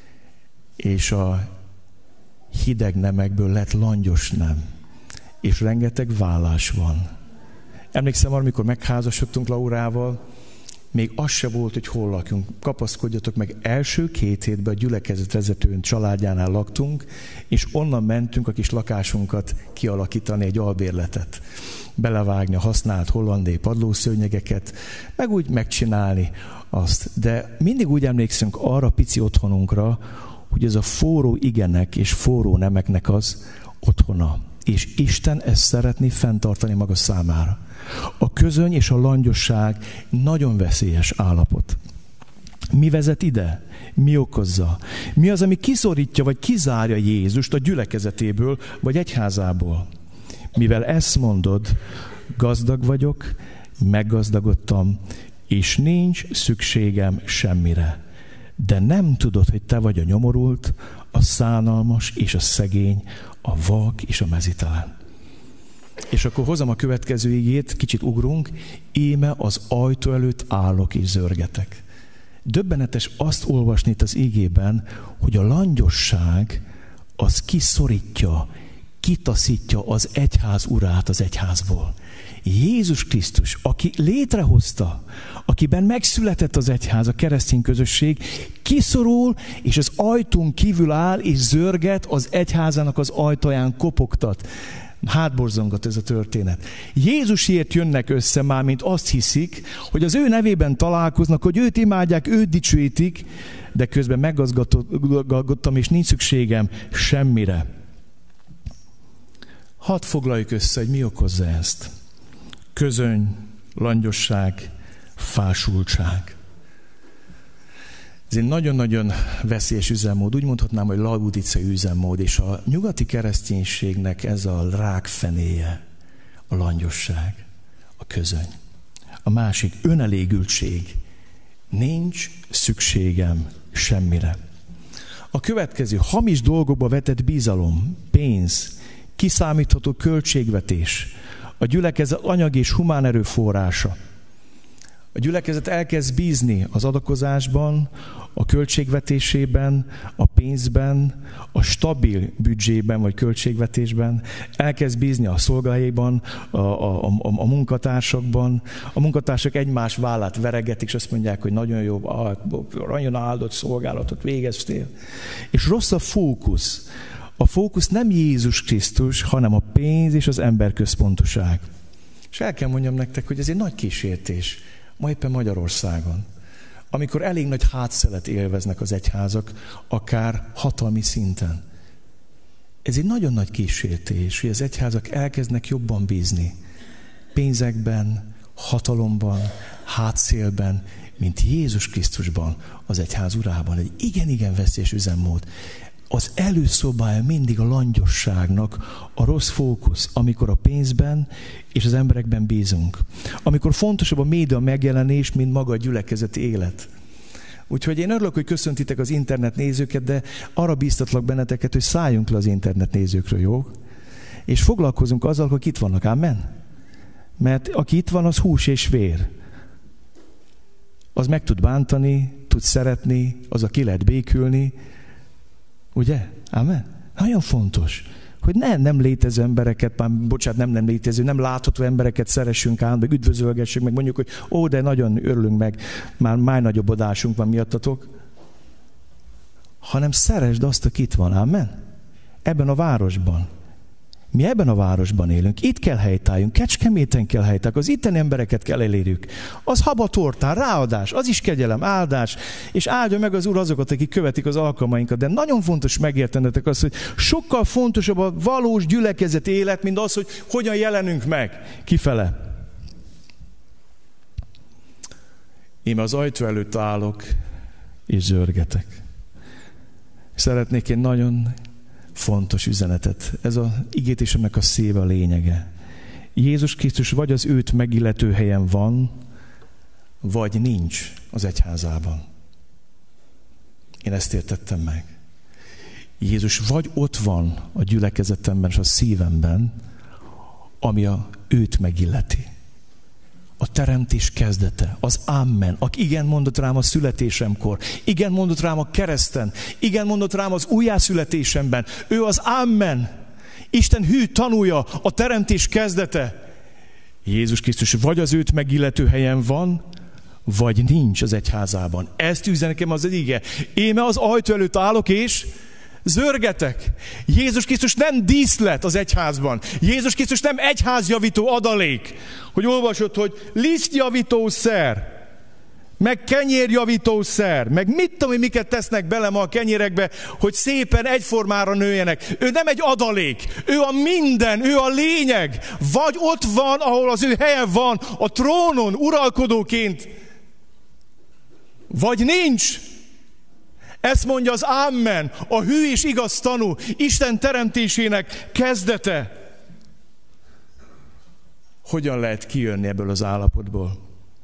és a hideg nemekből lett langyos nem. És rengeteg vállás van. Emlékszem arra, amikor megházasodtunk Laurával, még az se volt, hogy hol lakjunk. Kapaszkodjatok meg, első 2 hétben a gyülekezetvezetőn családjánál laktunk, és onnan mentünk a kis lakásunkat kialakítani, egy albérletet. Belevágni a használt hollandé padlószőnyegeket, meg úgy megcsinálni azt. De mindig úgy emlékszünk arra pici otthonunkra, hogy ez a forró igenek és forró nemeknek az otthona. És Isten ezt szeretné fenntartani maga számára. A közöny és a langyosság nagyon veszélyes állapot. Mi vezet ide? Mi okozza? Mi az, ami kiszorítja vagy kizárja Jézust a gyülekezetéből vagy egyházából? Mivel ezt mondod, gazdag vagyok, meggazdagodtam, és nincs szükségem semmire. De nem tudod, hogy te vagy a nyomorult, a szánalmas és a szegény, a vak és a mezítelen. És akkor hozom a következő igét, kicsit ugrunk, íme az ajtó előtt állok és zörgetek. Döbbenetes azt olvasni itt az igében, hogy a langyosság az kiszorítja, kitaszítja az egyház urát az egyházból. Jézus Krisztus, aki létrehozta, akiben megszületett az egyház, a keresztény közösség, kiszorul, és az ajtón kívül áll, és zörget, az egyházának az ajtaján kopogtat. Hátborzongat ez a történet. Jézusért jönnek össze már, mint azt hiszik, hogy az ő nevében találkoznak, hogy őt imádják, őt dicsőítik, de közben meggazdagodtam, és nincs szükségem semmire. Hadd foglaljuk össze, hogy mi okozza ezt. Közöny, langyosság, fásultság. Ez egy nagyon-nagyon veszélyes üzemmód. Úgy mondhatnám, hogy laudicei üzemmód, és a nyugati kereszténységnek ez a rákfenéje, a langyosság, a közöny. A másik, önelégültség. Nincs szükségem semmire. A következő, hamis dolgokba vetett bizalom, pénz, kiszámítható költségvetés, a gyülekezet anyagi és humán erőforrása. A gyülekezet elkezd bízni az adakozásban, a költségvetésében, a pénzben, a büdzsében vagy költségvetésben, elkezd bízni a szolgájában, a munkatársakban. A munkatársak egymás vállát veregetik, és azt mondják, hogy nagyon jó, nagyon áldott szolgálatot végeztél. És rossz a fókusz. A fókusz nem Jézus Krisztus, hanem a pénz és az emberközpontoság. És el kell mondjam nektek, hogy ez egy nagy kísértés. Ma éppen Magyarországon, amikor elég nagy hátszelet élveznek az egyházak, akár hatalmi szinten. Ez egy nagyon nagy kísértés, hogy az egyházak elkezdnek jobban bízni pénzekben, hatalomban, hátszélben, mint Jézus Krisztusban, az egyház urában. Egy igen-igen veszélyes üzemmód. Az előszobája mindig a langyosságnak a rossz fókusz, amikor a pénzben és az emberekben bízunk. Amikor fontosabb a média megjelenés, mint maga a gyülekezeti élet. Úgyhogy én örülök, hogy köszöntitek az internet nézőket, de arra bíztatlak benneteket, hogy szálljunk le az internet nézőkről, jó? És foglalkozunk azzal, hogy itt vannak, amen? Mert aki itt van, az hús és vér. Az meg tud bántani, tud szeretni, az a ki lehet békülni. Ugye? Amen? Nagyon fontos, hogy nem létező embereket, nem létező, nem látható embereket szeressünk át, meg üdvözölgessünk, meg mondjuk, hogy de nagyon örülünk meg, már nagyobb adásunk van miattatok, hanem szeresd azt, aki itt van. Amen? Ebben a városban. Mi ebben a városban élünk, itt kell helytálljunk, Kecskeméten kell helytállunk, az itteni embereket kell elérjük. Az habatortán, ráadás, az is kegyelem, áldás, és áldja meg az Úr azokat, akik követik az alkalmainkat. De nagyon fontos megértenetek azt, hogy sokkal fontosabb a valós gyülekezet élet, mint az, hogy hogyan jelenünk meg kifele. Íme az ajtó előtt állok, és zörgetek. Szeretnék egy nagyon fontos üzenetet. Ez az ígérésemnek a szíve, a lényege. Jézus Krisztus vagy az őt megillető helyen van, vagy nincs az egyházában. Én ezt értettem meg. Jézus vagy ott van a gyülekezetemben és a szívemben, ami őt megilleti. A teremtés kezdete, az Amen, aki igen mondott rám a születésemkor, igen mondott rám a kereszten, igen mondott rám az újjászületésemben. Ő az Amen. Isten hű tanúja, a teremtés kezdete. Jézus Krisztus vagy az őt megillető helyen van, vagy nincs az egyházában. Ezt üzen nekem az ige. Íme az ajtó előtt állok és zörgetek. Jézus Krisztus nem díszlet az egyházban. Jézus Krisztus nem egyházjavító adalék. Hogy olvasod, hogy lisztjavítószer, meg kenyérjavítószer, meg mit tudom én, miket tesznek bele ma a kenyérekbe, hogy szépen egyformára nőjenek. Ő nem egy adalék, ő a minden, ő a lényeg. Vagy ott van, ahol az ő helye van, a trónon uralkodóként, vagy nincs. Ezt mondja az Amen, a hű és igaz tanú, Isten teremtésének kezdete. Hogyan lehet kijönni ebből az állapotból?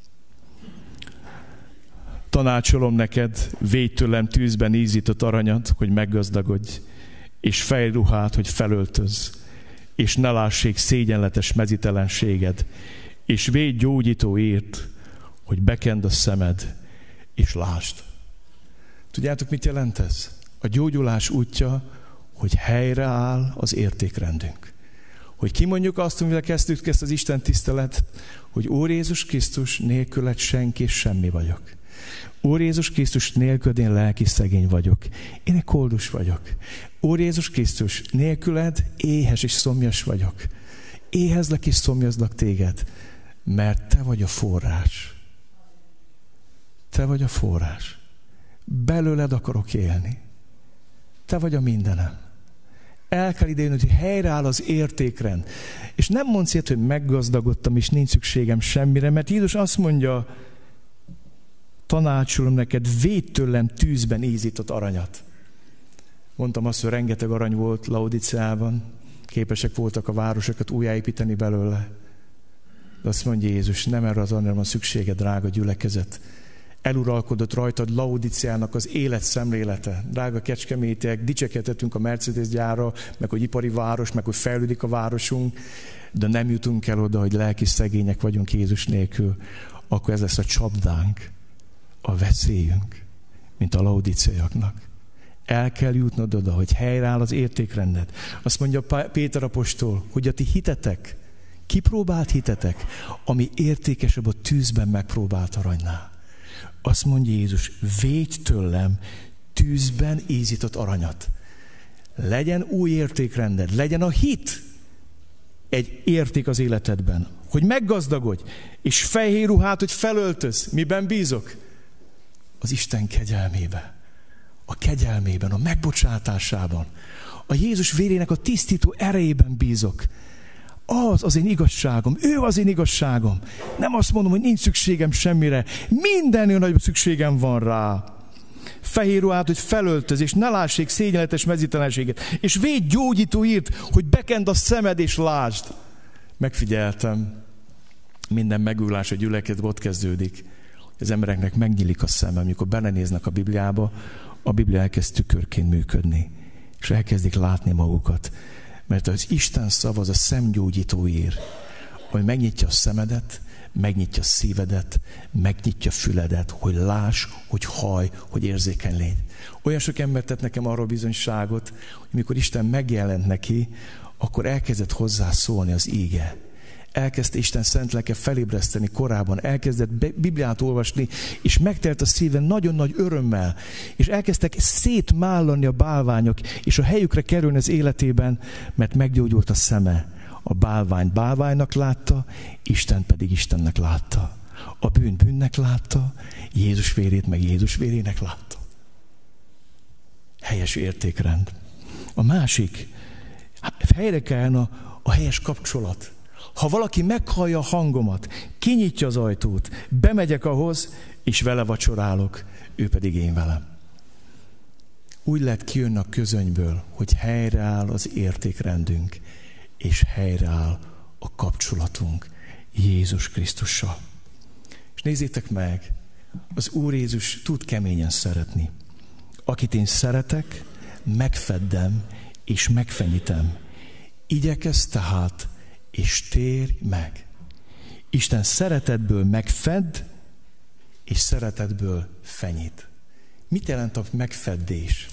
Tanácsolom neked, védj tőlem tűzben ízított aranyat, hogy meggazdagodj, és fejruhát, hogy felöltöz, és ne lássék szégyenletes mezitelenséged, és védj gyógyítóért, hogy bekend a szemed, és lásd. Tudjátok, mit jelent ez? A gyógyulás útja, hogy helyreáll az értékrendünk. Hogy kimondjuk azt, amivel kezdtük ezt az Isten tisztelet, hogy Úr Jézus Krisztus nélküled senki és semmi vagyok. Úr Jézus Krisztus nélküled én lelki szegény vagyok. Én egy koldus vagyok. Úr Jézus Krisztus nélküled éhes és szomjas vagyok. Éhezlek és szomjazlak téged, mert te vagy a forrás. Te vagy a forrás. Belőled akarok élni. Te vagy a mindenem. El kell idejönni, hogy helyreáll az értékrend. És nem mondsz ilyet, hogy meggazdagodtam, és nincs szükségem semmire, mert Jézus azt mondja, tanácsolom neked, védj tőlem tűzben ízított aranyat. Mondtam azt, hogy rengeteg arany volt Laodiceában, képesek voltak a városokat újjáépíteni belőle. De azt mondja Jézus, nem erre az aranyra van szüksége, drága gyülekezet. Eluralkodott rajtad Laodiceának az élet szemlélete. Drága kecskemétiek, dicsekedhetünk a Mercedes gyárra, meg hogy ipari város, meg hogy fejlődik a városunk, de nem jutunk el oda, hogy lelki szegények vagyunk Jézus nélkül. Akkor ez lesz a csapdánk, a veszélyünk, mint a laodiceiaknak. El kell jutnod oda, hogy helyreáll az értékrended. Azt mondja Péter apostol, hogy a ti hitetek, kipróbált hitetek, ami értékesebb a tűzben megpróbált aranynál. Azt mondja Jézus, védj tőlem tűzben ízított aranyat. Legyen új értékrended, legyen a hit egy érték az életedben, hogy meggazdagodj, és fehér ruhát, hogy felöltöz. Miben bízok? Az Isten kegyelmébe, a kegyelmében, a megbocsátásában, a Jézus vérének a tisztító erejében bízok. Az az én igazságom, ő az én igazságom. Nem azt mondom, hogy nincs szükségem semmire. Mindennél nagyobb szükségem van rá. Fehér ruhát, hogy felöltöz, és ne lássék szégyenletes mezitelenséget. És védj gyógyítóért, hogy bekend a szemed, és lásd. Megfigyeltem, minden megújulás a gyülekezetben ott kezdődik. Az embereknek megnyílik a szeme, amikor belenéznek a Bibliába, a Biblia elkezd tükörként működni. És elkezdik látni magukat. Mert az Isten szava az a szemgyógyítóért, hogy megnyitja a szemedet, megnyitja a szívedet, megnyitja a füledet, hogy láss, hogy hallj, hogy érzékeny légy. Olyan sok ember tett nekem arról bizonyságot, hogy mikor Isten megjelent neki, akkor elkezdett hozzá szólni az íge. Elkezdte Isten szent lelke felébreszteni korábban, elkezdett Bibliát olvasni, és megtelt a szíve nagyon nagy örömmel, és elkezdtek szétmállani a bálványok, és a helyükre kerülni az életében, mert meggyógyult a szeme. A bálványt bálványnak látta, Isten pedig Istennek látta. A bűn bűnnek látta, Jézus vérét meg Jézus vérének látta. Helyes értékrend. A másik, helyre kellene a helyes kapcsolat. Ha valaki meghallja a hangomat, kinyitja az ajtót, bemegyek ahhoz, és vele vacsorálok, ő pedig én velem. Úgy lehet kijönni a közönyből, hogy helyreáll az értékrendünk, és helyreáll a kapcsolatunk Jézus Krisztussal. És nézzétek meg, az Úr Jézus tud keményen szeretni. Akit én szeretek, megfeddem és megfenyítem. Igyekezz tehát, és térj meg. Isten szeretetből megfedd, és szeretetből fenyít. Mit jelent a megfeddés?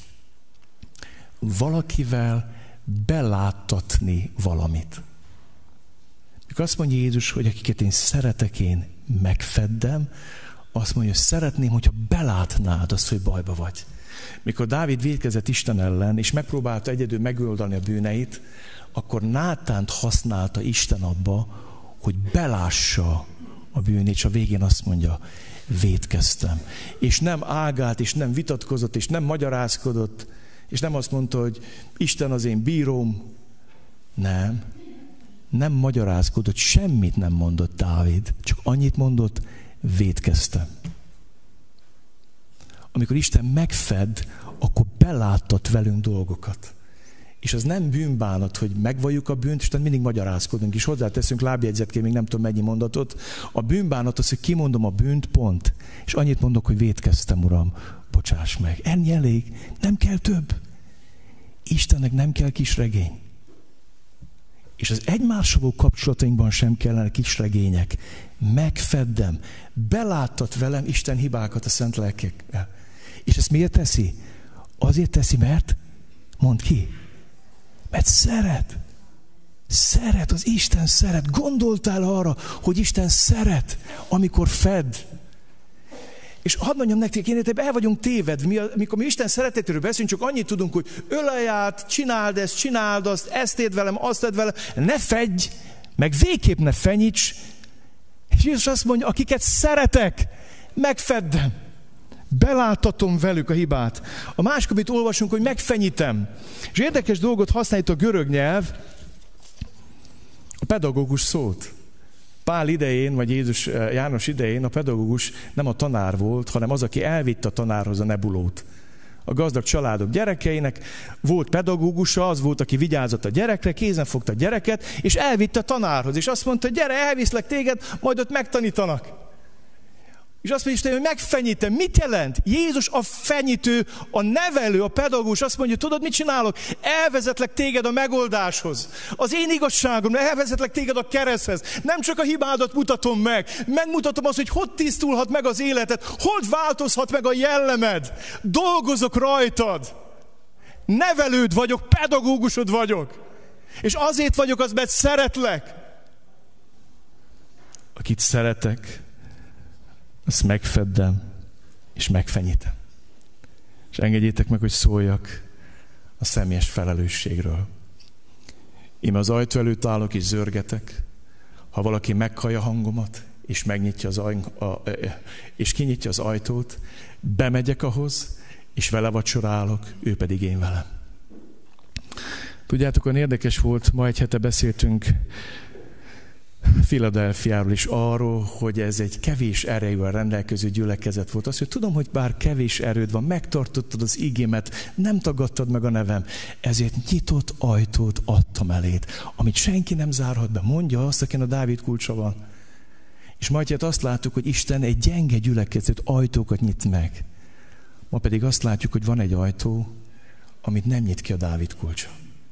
Valakivel beláttatni valamit. Mikor azt mondja Jézus, hogy akiket én szeretek, én megfeddem, azt mondja, hogy szeretném, hogyha belátnád azt, hogy bajba vagy. Mikor Dávid vétkezett Isten ellen, és megpróbálta egyedül megoldani a bűneit, akkor Nátánt használta Isten abba, hogy belássa a bűnét, és a végén azt mondja, vétkeztem. És nem ágált, és nem vitatkozott, és nem magyarázkodott, és nem azt mondta, hogy Isten az én bíróm. Nem magyarázkodott, semmit nem mondott Dávid, csak annyit mondott, vétkeztem. Amikor Isten megfed, akkor beláttat velünk dolgokat. És az nem bűnbánat, hogy megvalljuk a bűnt, és mindig magyarázkodunk, és hozzáteszünk lábjegyzetként, még nem tudom mennyi mondatot. A bűnbánat az, hogy kimondom a bűnt, pont. És annyit mondok, hogy vétkeztem, Uram, bocsáss meg. Ennyi elég, nem kell több. Istennek nem kell kisregény. És az egymással való kapcsolatainkban sem kellene kisregények. Megfeddem, beláttat velem Isten hibákat a szent lelkekkel. És ezt miért teszi? Azért teszi, mert, mondd ki, mert szeret. Szeret, az Isten szeret. Gondoltál arra, hogy Isten szeret, amikor fed? És hadd mondjam nektek, én el vagyunk tévedve, mikor mi Isten szeretetéről beszélünk, csak annyit tudunk, hogy ölelj át, csináld ezt, csináld azt, ezt tédd velem, azt tedd velem, ne fedj, meg végképp ne fenyíts. És Jézus azt mondja, akiket szeretek, megfeddem. Beláthatom velük a hibát. A másik, amit olvasunk, hogy megfenyítem. És érdekes dolgot használja a görög nyelv, a pedagógus szót. Pál idején, vagy János idején a pedagógus nem a tanár volt, hanem az, aki elvitte a tanárhoz a nebulót. A gazdag családok gyerekeinek volt pedagógusa, az volt, aki vigyázott a gyerekre, kézen fogta a gyereket, és elvitte a tanárhoz. És azt mondta, gyere, elviszlek téged, majd ott megtanítanak. És azt mondja, hogy megfenyítem. Mit jelent? Jézus a fenyítő, a nevelő, a pedagógus azt mondja, tudod, mit csinálok? Elvezetlek téged a megoldáshoz. Az én igazságom, elvezetlek téged a kereszthez. Nem csak a hibádat mutatom meg, megmutatom azt, hogy tisztulhat meg az életed, hogy változhat meg a jellemed. Dolgozok rajtad. Nevelőd vagyok, pedagógusod vagyok. És azért vagyok az, mert szeretlek. Akit szeretek, azt megfeddem, és megfenyítem. És engedjétek meg, hogy szóljak a személyes felelősségről. Én az ajtó előtt állok, és zörgetek. Ha valaki meghallja hangomat, és megnyitja és kinyitja az ajtót, bemegyek ahhoz, és vele vacsorálok, ő pedig én velem. Tudjátok, olyan érdekes volt, ma egy hete beszéltünk Philadelphiáról is arról, hogy ez egy kevés erejűvel rendelkező gyülekezet volt. Azt, hogy tudom, hogy bár kevés erőd van, megtartottad az igémet, nem tagadtad meg a nevem, ezért nyitott ajtót adtam eléd, amit senki nem zárhat be. Mondja azt, akin a Dávid kulcsa van. És majd hát azt látjuk, hogy Isten egy gyenge gyülekezet ajtókat nyit meg. Ma pedig azt látjuk, hogy van egy ajtó, amit nem nyit ki a Dávid kulcsa.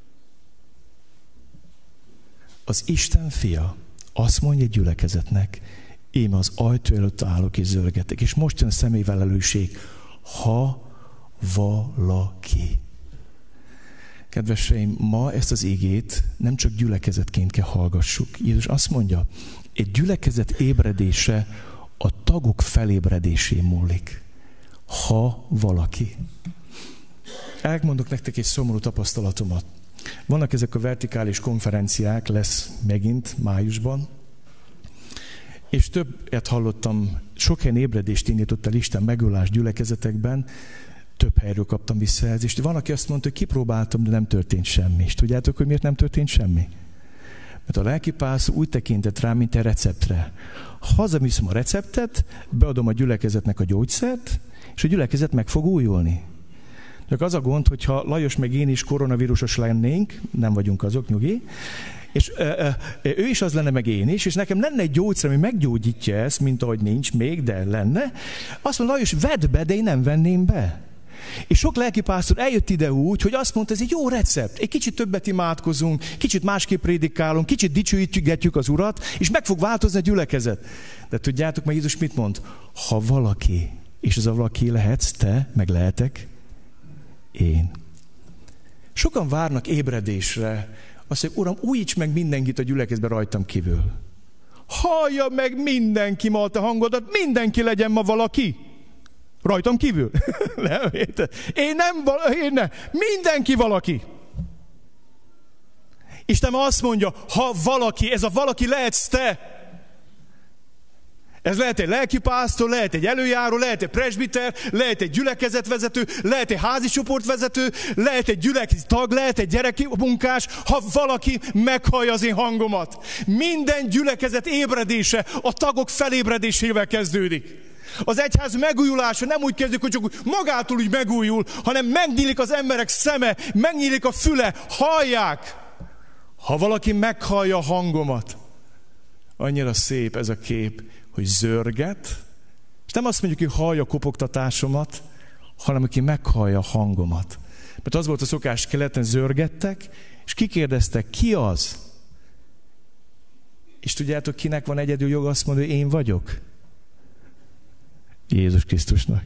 Az Isten fia azt mondja egy gyülekezetnek, én az ajtó előtt állok és zörgetek. És most jön a személyfelelősség, ha valaki. Kedveseim, ma ezt az igét nem csak gyülekezetként kell hallgassuk. Jézus azt mondja, egy gyülekezet ébredése a tagok felébredésén múlik. Ha valaki. Elmondok nektek egy szomorú tapasztalatomat. Vannak ezek a vertikális konferenciák, lesz megint májusban, és többet hallottam, sok helyen ébredést indított el Isten megölás gyülekezetekben, több helyről kaptam visszajelzést. Van, aki azt mondta, hogy kipróbáltam, de nem történt semmi. És tudjátok, hogy miért nem történt semmi? Mert a lelkipásztor úgy tekintett rá, mint egy receptre. Hazaviszem a receptet, beadom a gyülekezetnek a gyógyszert, és a gyülekezet meg fog újulni. Csak az a gond, hogyha Lajos meg én is koronavírusos lennénk, nem vagyunk azok, nyugi, és ő is az lenne, meg én is, és nekem lenne egy gyógyszer, ami meggyógyítja ezt, mint ahogy nincs még, de lenne. Azt mondja, Lajos, vedd be, de én nem venném be. És sok lelkipásztor eljött ide úgy, hogy azt mondta, ez egy jó recept. Egy kicsit többet imádkozunk, kicsit másképp prédikálunk, kicsit dicsőítjük az Urat, és meg fog változni a gyülekezet. De tudjátok, meg Jézus mit mond? Ha valaki, és az a valaki lehetsz te, meg lehetek én. Sokan várnak ébredésre. Azt mondja, Uram, újíts meg mindenkit a gyülekezetben rajtam kívül. Hallja meg mindenki ma a te hangodat, mindenki legyen ma valaki. Rajtam kívül? Nem, én nem, mindenki valaki. Isten azt mondja, ha valaki, ez a valaki lehetsz te. Ez lehet egy lelkipásztor, lehet egy előjáró, lehet egy presbiter, lehet egy gyülekezetvezető, lehet egy házi csoportvezető, lehet egy gyülekezeti tag, lehet egy gyerekmunkás, ha valaki meghallja az én hangomat. Minden gyülekezet ébredése a tagok felébredésével kezdődik. Az egyház megújulása nem úgy kezdődik, hogy csak magától úgy megújul, hanem megnyílik az emberek szeme, megnyílik a füle, hallják. Ha valaki meghallja a hangomat, annyira szép ez a kép, hogy zörget, és nem azt mondjuk, hogy hallja a kopogtatásomat, hanem aki meghallja a hangomat. Mert az volt a szokás, keleten zörgettek, és kikérdeztek, ki az? És tudjátok, kinek van egyedül joga azt mondani, hogy én vagyok? Jézus Krisztusnak.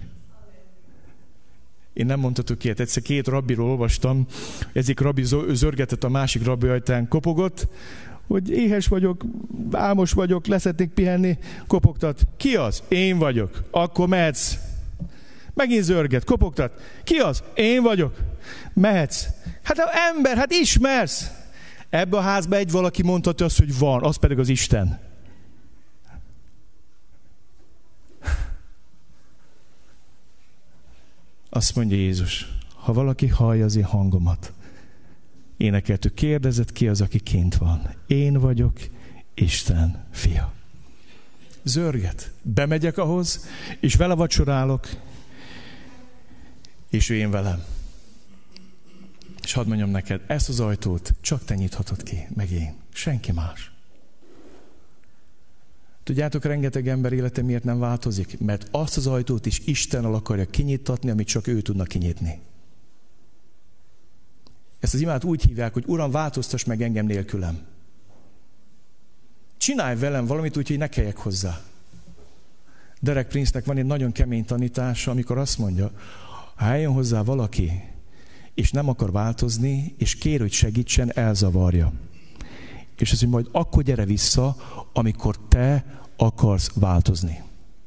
Én nem mondhatok ilyet. Egyszer 2 rabbiról olvastam, egyik rabbi zörgetett, a másik rabbi ajtán kopogott, hogy éhes vagyok, álmos vagyok, leszeretnék pihenni, kopogtat. Ki az? Én vagyok. Akkor mehetsz. Megint zörget, kopogtat. Ki az? Én vagyok. Mehetsz. Hát ember, hát ismersz. Ebbe a házba egy valaki mondhatja azt, hogy van, az pedig az Isten. Azt mondja Jézus, ha valaki hallja az én hangomat, énekeltük, kérdezett, ki az, aki kint van. Én vagyok Isten fia. Zörget. Bemegyek ahhoz, és vele vacsorálok, és ő én velem. És hadd mondjam neked, ezt az ajtót csak te nyithatod ki, meg én. Senki más. Tudjátok, rengeteg ember élete miért nem változik? Mert azt az ajtót is Istennel akarja kinyitatni, amit csak ő tudna kinyitni. Ezt az imát úgy hívják, hogy Uram, változtass meg engem nélkülem. Csinálj velem valamit úgy, hogy ne kelljek hozzá. Derek Prince-nek van egy nagyon kemény tanítása, amikor azt mondja, ha eljön hozzá valaki, és nem akar változni, és kér, hogy segítsen, elzavarja. És az, hogy majd akkor gyere vissza, amikor te akarsz változni.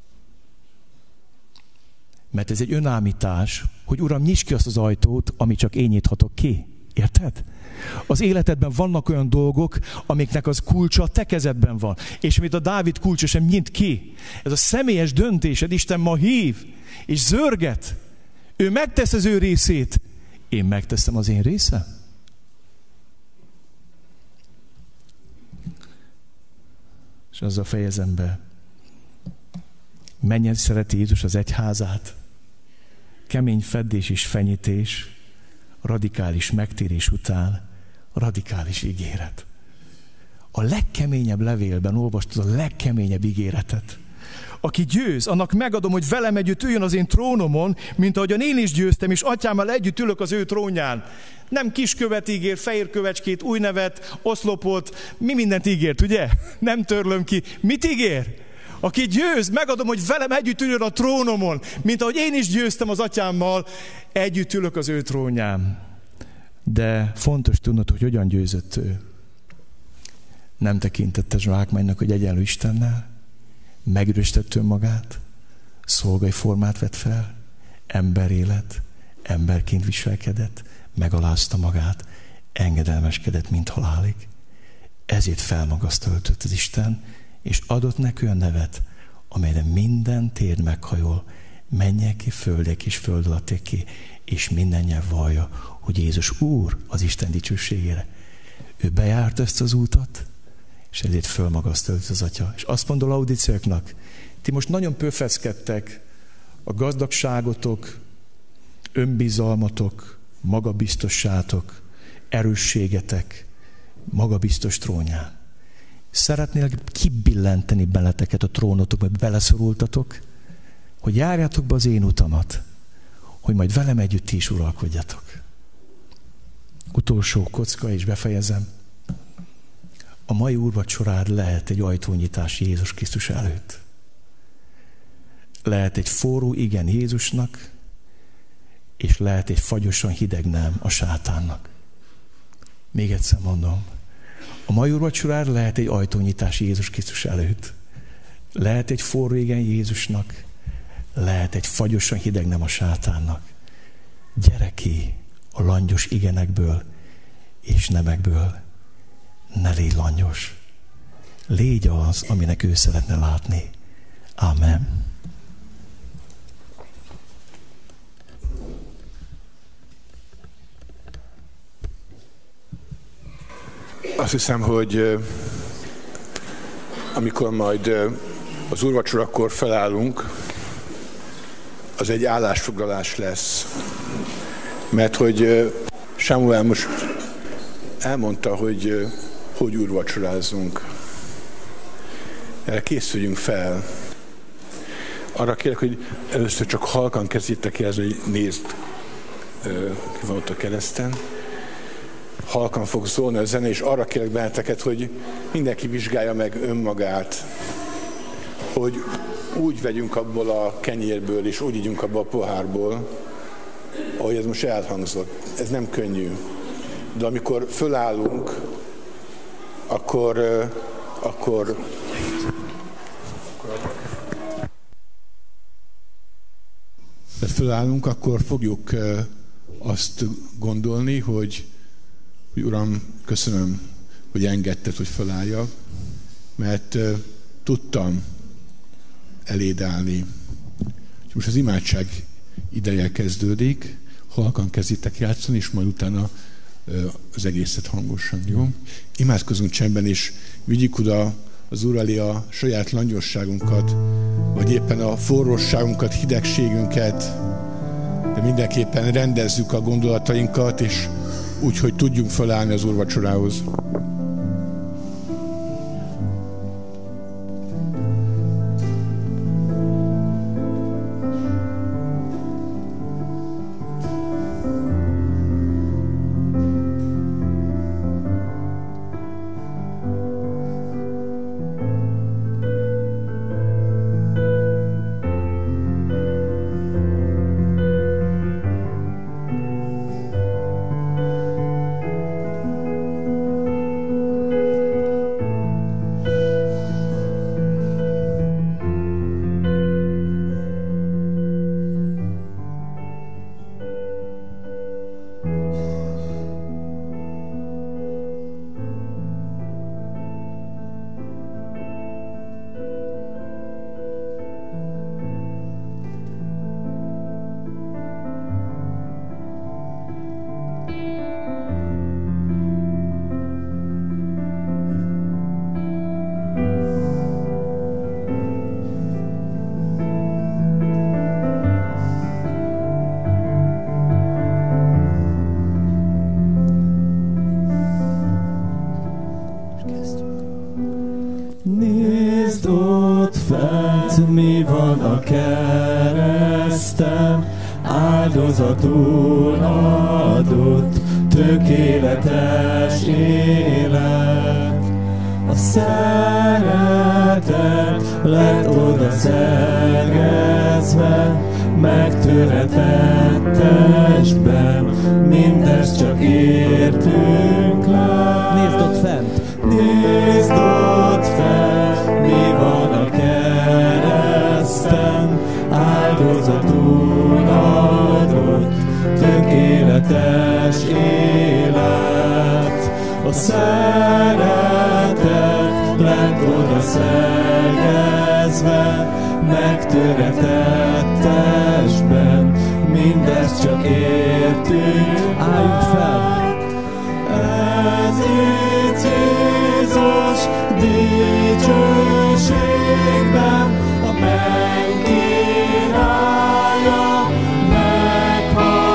Mert ez egy önállítás, hogy Uram, nyisd ki azt az ajtót, amit csak én nyithatok ki. Érted? Az életedben vannak olyan dolgok, amiknek az kulcsa a te kezedben van. És amit a Dávid kulcsa sem nyit ki. Ez a személyes döntésed, Isten ma hív, és zörget. Ő megtesz az ő részét. Én megteszem az én részem. És azzal fejezem be. Mennyien szereti Jézus az egyházát. Kemény feddés és fenyítés, radikális megtérés után, radikális ígéret. A legkeményebb levélben olvastad a legkeményebb ígéretet. Aki győz, annak megadom, hogy velem együtt üljön az én trónomon, mint ahogyan én is győztem, és atyámmal együtt ülök az ő trónján. Nem kiskövet ígér, fehér kövecskét, új nevet, oszlopot, mi mindent ígért, ugye? Nem törlöm ki. Mit ígér? Aki győz, megadom, hogy velem együtt üljön a trónomon, mint ahogy én is győztem az atyámmal, együtt ülök az ő trónján. De fontos tudnod, hogy hogyan győzött ő. Nem tekintette zsákmánynak, hogy egyenlő Istennel, megürösített önmagát, szolgai formát vett fel, emberélet, emberként viselkedett, megalázta magát, engedelmeskedett, mint halálig. Ezért felmagasztaltott az Isten, és adott neki olyan nevet, amelyre minden tér meghajol, menjek ki, földek és föld alatték ki, és minden nyelv vallja, hogy Jézus Úr az Isten dicsőségére. Ő bejárt ezt az útat, és ezért fölmagasztalt az Atya. És azt mondta Laodicéaknak, ti most nagyon pöfeszkedtek, a gazdagságotok, önbizalmatok, magabiztossátok, erősségetek, magabiztos trónján. Szeretnélek kibillenteni beleteket a trónotokba, beleszorultatok, hogy járjátok be az én utamat, hogy majd velem együtt ti is uralkodjatok. Utolsó kocka, és befejezem. A mai úrvacsorád lehet egy ajtónyitás Jézus Krisztus előtt. Lehet egy forró igen Jézusnak, és lehet egy fagyosan hideg nem a sátánnak. Még egyszer mondom. A mai úrvacsorád lehet egy ajtónyitás Jézus Krisztus előtt. Lehet egy forró igen Jézusnak, lehet egy fagyosan hideg nem a sátánnak. Gyere ki a langyos igenekből és nemekből. Ne légy langyos. Légy az, aminek ő szeretne látni. Amen. Azt hiszem, hogy amikor majd az úrvacsorakor felállunk, az egy állásfoglalás lesz. Mert hogy Sámuel most elmondta, hogy úrvacsorázunk. Erre készüljünk fel. Arra kérlek, hogy először csak halkan kezdjétek el, hogy nézd, ki van ott a kereszten. Halkan fog szólni a zene, és arra kérlek benneteket, hogy mindenki vizsgálja meg önmagát, hogy úgy vegyünk abból a kenyérből, és úgy ígyunk abból a pohárból, ahogy ez most elhangzott. Ez nem könnyű. De amikor fölállunk, akkor fölállunk, akkor fogjuk azt gondolni, hogy Uram, köszönöm, hogy engedted, hogy fölálljak, mert tudtam eléd állni. És most az imádság ideje kezdődik, halkan kezditek játszani, és majd utána az egészet hangosan, jó? Imádkozunk csendben, és vigyük oda az Úr elé a saját langyosságunkat, vagy éppen a forróságunkat, hidegségünket, de mindenképpen rendezzük a gondolatainkat, és úgy, hogy tudjunk felállni az úrvacsorához. mi van a kereszten, áldozatul adott, tökéletes élet. A szeretet lett oda szervezve, megtöretett testben, mindez csak értünk lett. Nézd ott fent! Nézd ott fent, mi van a kereszten, áldozatul adott, tökéletes élet. A szeretet lett oda szervezve, megtöretett testben, mindez csak értünk. Álljunk fel! Ez itt Jézus dicsőségben, a menny királya meghal.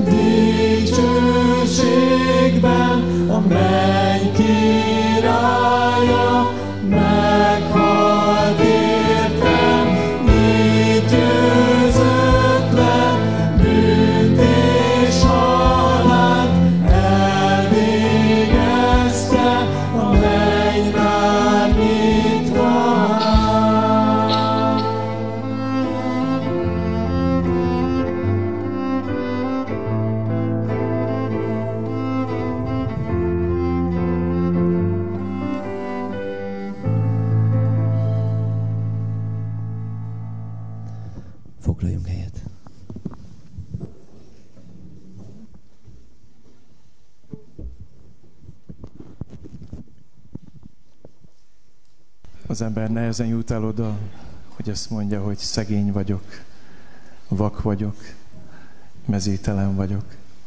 dicsőségben a menny királya meghalt értem, így győzött le bűnt és halált, elvégezte, a menny már nyitva áll. Foglaljunk helyet. Az ember nehezen jut el oda, hogy azt mondja, hogy szegény vagyok, vak vagyok, mezítelen vagyok.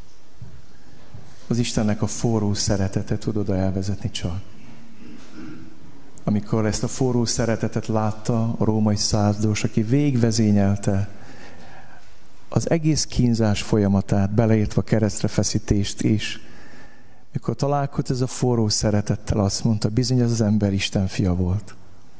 Az Istennek a forró szeretete tud oda elvezetni csak. Amikor ezt a forró szeretetet látta a római századós, aki végigvezényelte az egész kínzás folyamatát, beleértve a keresztre feszítést is, mikor találkozott ez a forró szeretettel, azt mondta, bizony ez az ember Isten fia volt.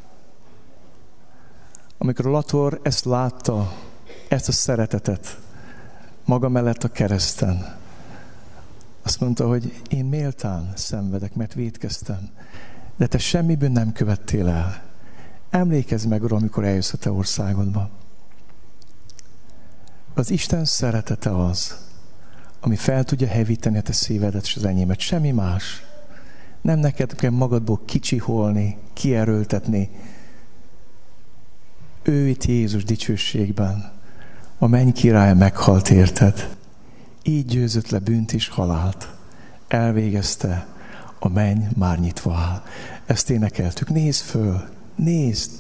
Amikor a Lator ezt látta, ezt a szeretetet maga mellett a kereszten, azt mondta, hogy én méltán szenvedek, mert vétkeztem, de te semmiből nem követtél el. Emlékezz meg arra, amikor eljössz a te országodba. Az Isten szeretete az, ami fel tudja hevíteni a te szívedet és az enyémet. Semmi más. Nem neked kell magadból kicsiholni, kierőltetni. Ő itt Jézus dicsőségben. A menny királya meghalt érted. Így győzött le bűnt és halált. Elvégezte. A menny már nyitva áll. Ezt énekeltük. Nézd föl, nézd!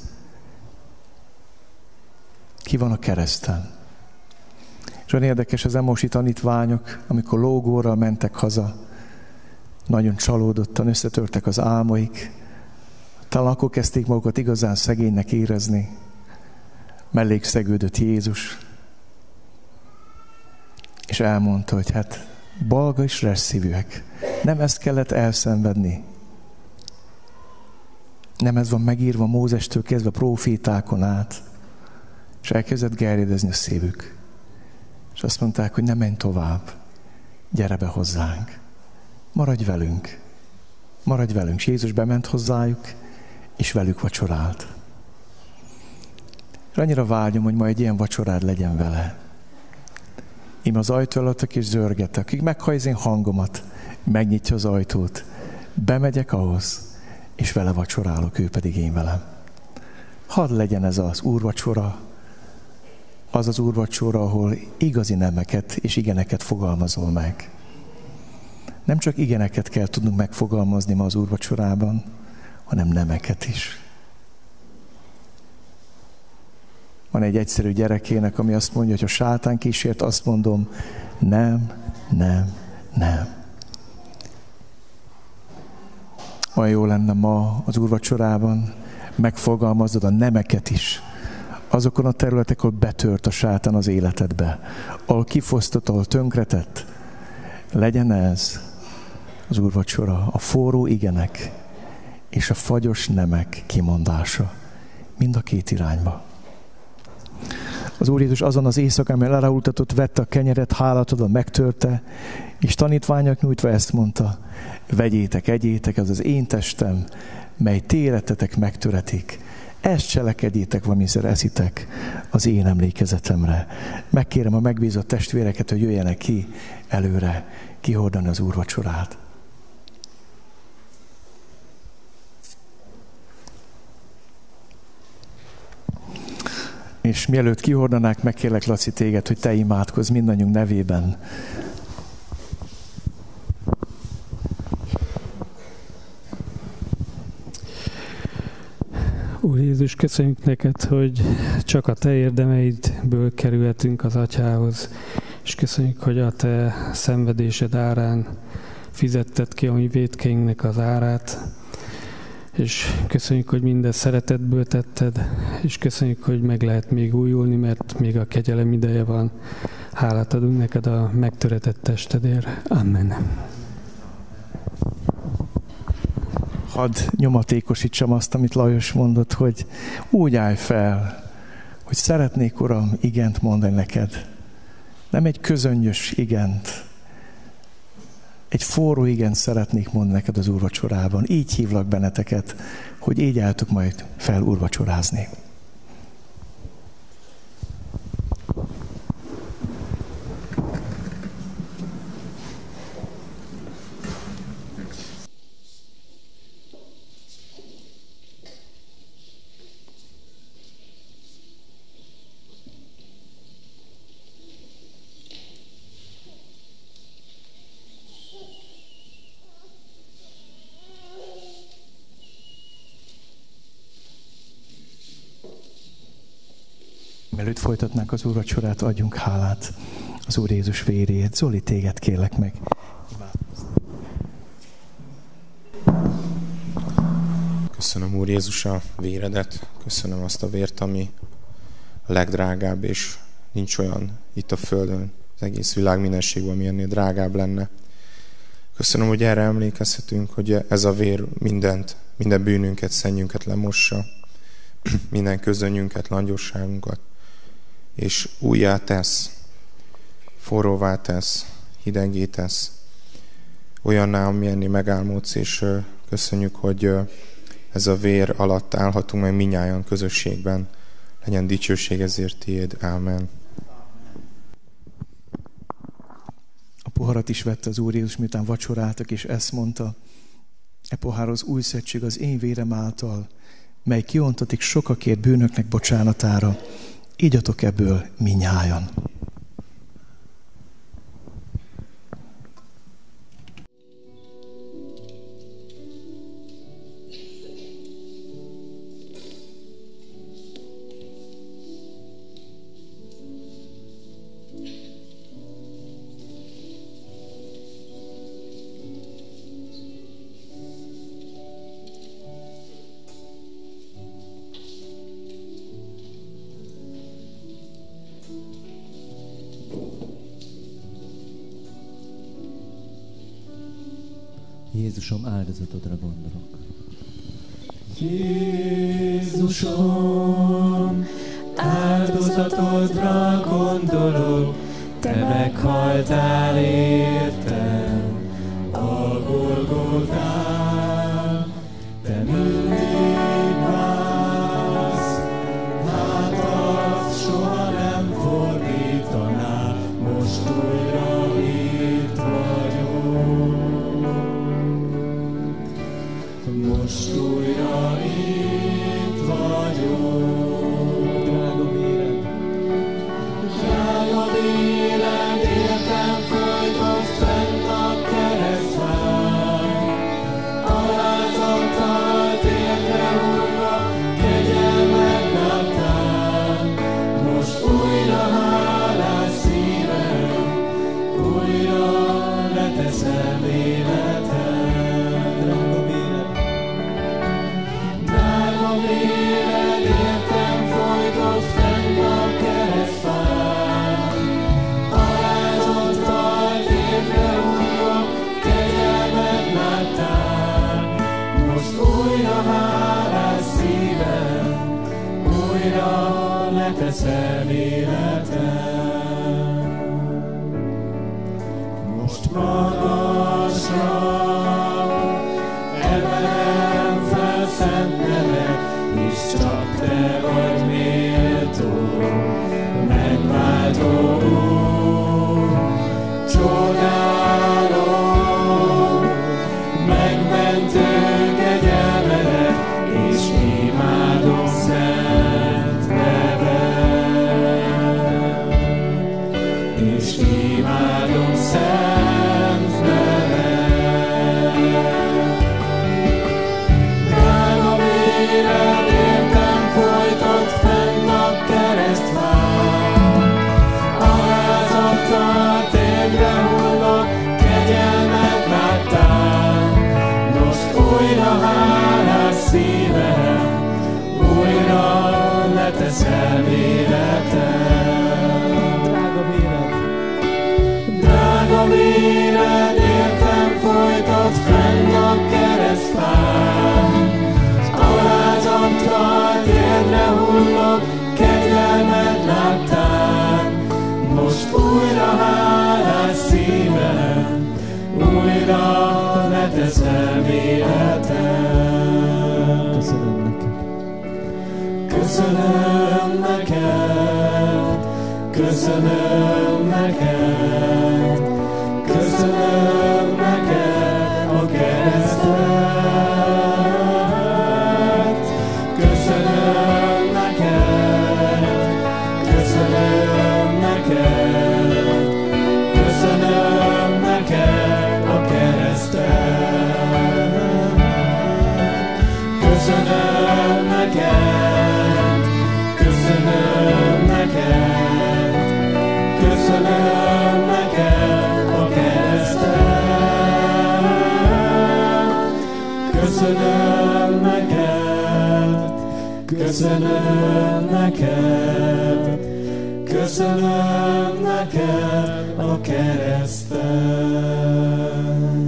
Ki van a kereszten? És olyan érdekes az emósi tanítványok, amikor lógóral mentek haza, nagyon csalódottan, összetörtek az álmaik. Talán akkor kezdték magukat igazán szegénynek érezni. Mellékszegődött Jézus, és elmondta, hogy hát balga és resszívűek. Nem ezt kellett elszenvedni. Nem ez van megírva Mózestől kezdve a prófétákon át. És elkezdett gerjedezni a szívük. És azt mondták, hogy ne menj tovább. Gyere be hozzánk. Maradj velünk. Maradj velünk. És Jézus bement hozzájuk, és velük vacsorált. És annyira vágyom, hogy ma egy ilyen vacsorád legyen vele. Én az ajtó előttek és zörgetek. Akik meghallja az én hangomat, megnyitja az ajtót. Bemegyek ahhoz, és vele vacsorálok, ő pedig én velem. Hadd legyen ez az úrvacsora, az az úrvacsora, ahol igazi nemeket és igeneket fogalmazol meg. Nem csak igeneket kell tudnunk megfogalmazni ma az úrvacsorában, hanem nemeket is. Van egy egyszerű gyerekének, ami azt mondja, hogy ha sátán kísért, azt mondom, nem, nem, nem. Olyan jó lenne ma az úrvacsorában, megfogalmazod a nemeket is. Azokon a területek, ahol betört a sátán az életedbe, ahol kifosztott, ahol tönkretett. Legyen ez az úrvacsora, a forró igenek és a fagyos nemek kimondása. Mind a két irányba. Az Úr Jézus azon az éjszakán, amely leráultatott, vette a kenyeret, hálát adva, megtörte, és tanítványok nyújtva ezt mondta, vegyétek, egyétek, ez az én testem, mely ti életetek megtöretik. Ezt cselekedjétek, vamiszer eszitek az én emlékezetemre. Megkérem a megbízott testvéreket, hogy jöjjenek ki előre, kihordani az úrvacsorát. És mielőtt kihordanák, megkérlek Laci téged, hogy te imádkozz mindannyiunk nevében. Úr Jézus, köszönjük neked, hogy csak a te érdemeidből kerülhetünk az Atyához, és köszönjük, hogy a te szenvedésed árán fizetted ki a mi vétkeinknek az árát, és köszönjük, hogy minden szeretetből tetted, és köszönjük, hogy meg lehet még újulni, mert még a kegyelem ideje van. Hálát adunk neked a megtöretett testedért. Amen. Hadd nyomatékosítsam azt, amit Lajos mondott, hogy úgy állj fel, hogy szeretnék, Uram, igent mondani neked. Nem egy közönnyös igent, egy forró igent szeretnék mondani neked az úrvacsorában. Így hívlak benneteket, hogy így álltok majd fel úrvacsorázni. Mielőtt folytatnánk az úrvacsorát, adjunk hálát az Úr Jézus véréért. Zoli, téged kérlek meg. Köszönöm, Úr Jézus, a véredet. Köszönöm azt a vért, ami a legdrágább, és nincs olyan itt a Földön, az egész világ mindenségben, ami ennél drágább lenne. Köszönöm, hogy erre emlékezhetünk, hogy ez a vér minden bűnünket, szennyünket lemossa, minden közönnyünket, langyosságunkat, és újjá tesz, forróvá tesz, hidegé tesz, olyanná, amilyenné megálmodsz, és köszönjük, hogy ez a vér alatt állhatunk meg mindnyájan közösségben. Legyen dicsőség ezért tiéd. Ámen. A poharat is vette az Úr Jézus, miután vacsoráltak, és ezt mondta: e pohár az új szövetség az én vérem által, mely kiontatik sokakért bűnöknek bocsánatára. Igyatok ebből mindnyájan. Jézusom, áldozatodra gondolok. Jézusom, áldozatodra gondolok, te meghaltál értem a Golgotán, te mindig válsz, hátad soha nem fordítanál, most újra itt vagyok. Most újra itt vagyok. Drága véred, értem folyton fenn a keresztvár. Alázattal térdre hullva, kegyelmet láttál. Most újra hálás szívem, újra leteszem életem. Véred, értem folytott fenn a keresztfán. Alázattal térdre hullva, kegyelmet láttál. Most újra hálás szívem, újra leteszem életem. Most magasra emelem fel szent neved, és csak te vagy méltó, megváltó Úr. Csodálom megmentő kegyelmedet, és imádom szent neved, és imádom szent neved. Drága véred, értem folytott fenn a keresztfán. újra leteszem életem. Köszönöm neked. Köszönöm neked, köszönöm neked, köszönöm neked a keresztet. Köszönöm neked, köszönöm neked, köszönöm neked a keresztet. Köszönöm neked, köszönöm neked, köszönöm neked a keresztet. Köszönöm neked, köszönöm neked, köszönöm neked a keresztet.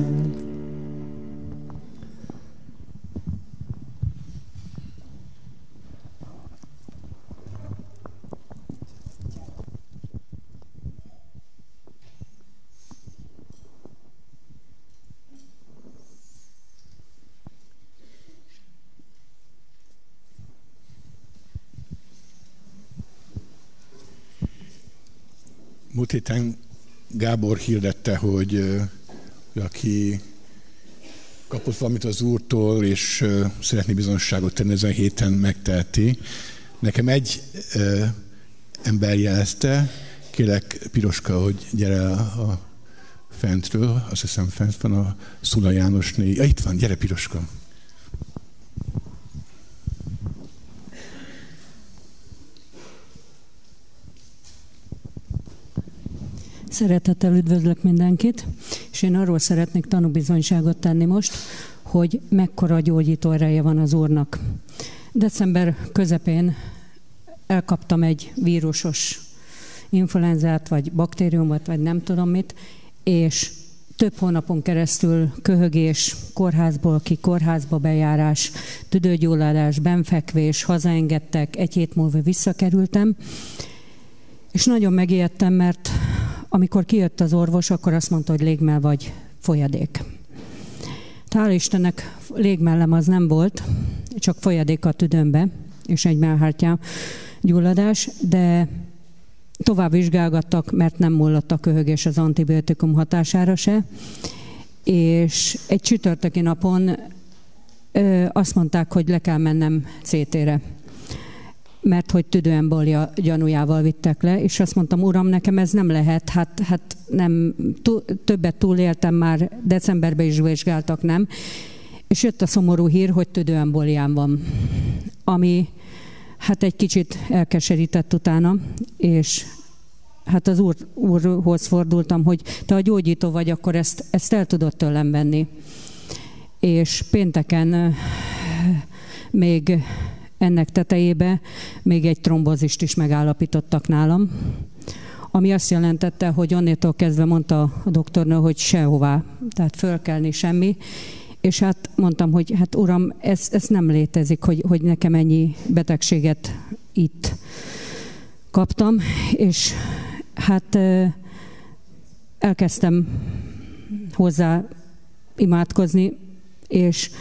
Múlt héten Gábor hirdette, hogy aki kapott valamit az Úrtól, és szeretné bizonyságot tenni, ezen a héten megteheti. Nekem egy ember jelezte, kérlek Piroska, hogy gyere a fentről, azt hiszem fent van a Szula Jánosné. Ja, itt van, gyere Piroska. Szeretettel üdvözlök mindenkit, és én arról szeretnék tanúbizonyságot tenni most, hogy mekkora gyógyító ereje van az Úrnak. December közepén elkaptam egy vírusos influenzát, vagy baktériumot, vagy nem tudom mit, és több hónapon keresztül köhögés, kórházból ki kórházba bejárás, tüdőgyulladás, benfekvés, hazaengedtek, egy hét múlva visszakerültem, és nagyon megijedtem, mert amikor kijött az orvos, akkor azt mondta, hogy légmell vagy folyadék. Hál' Istennek légmellem az nem volt, csak folyadék a tüdőmbe, és egy mellhártya gyulladás, de tovább vizsgálgattak, mert nem múlott a köhögés az antibiotikum hatására se, és egy csütörtöki napon azt mondták, hogy le kell mennem CT-re, mert hogy tüdőembolia gyanújával vittek le, és azt mondtam, Uram, nekem ez nem lehet, hát nem, többet túléltem már, decemberben is vizsgáltak, nem. És jött a szomorú hír, hogy tüdőemboliám van, ami hát egy kicsit elkeserített utána, és hát az úrhoz fordultam, hogy te a gyógyító vagy, akkor ezt el tudod tőlem venni. És pénteken még ennek tetejébe még egy trombózist is megállapítottak nálam, ami azt jelentette, hogy onnétól kezdve mondta a doktornő, hogy sehová, tehát fölkelni semmi, és hát mondtam, hogy hát Uram, ez nem létezik, hogy nekem ennyi betegséget itt kaptam, és hát elkezdtem hozzá imádkozni, és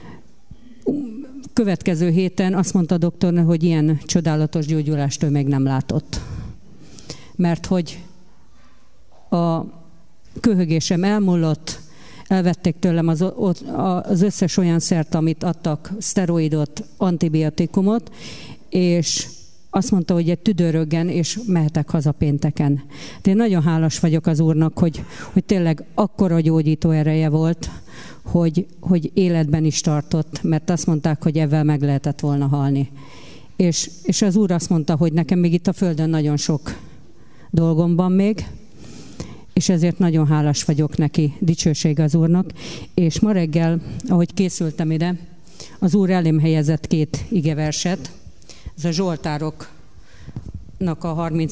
következő héten azt mondta a doktornő, hogy ilyen csodálatos gyógyulást ő még nem látott. Mert hogy a köhögésem elmúlott, elvették tőlem az összes olyan szert, amit adtak, szteroidot, antibiotikumot, és azt mondta, hogy egy tüdőröggen, és mehetek haza pénteken. De én nagyon hálás vagyok az Úrnak, hogy tényleg akkora gyógyító ereje volt, hogy életben is tartott, mert azt mondták, hogy ebben meg lehetett volna halni. És az Úr azt mondta, hogy nekem még itt a Földön nagyon sok dolgom van még, és ezért nagyon hálás vagyok neki, dicsőség az Úrnak. És ma reggel, ahogy készültem ide, az Úr elém helyezett 2 igeverset. Ez a Zsoltároknak a 30.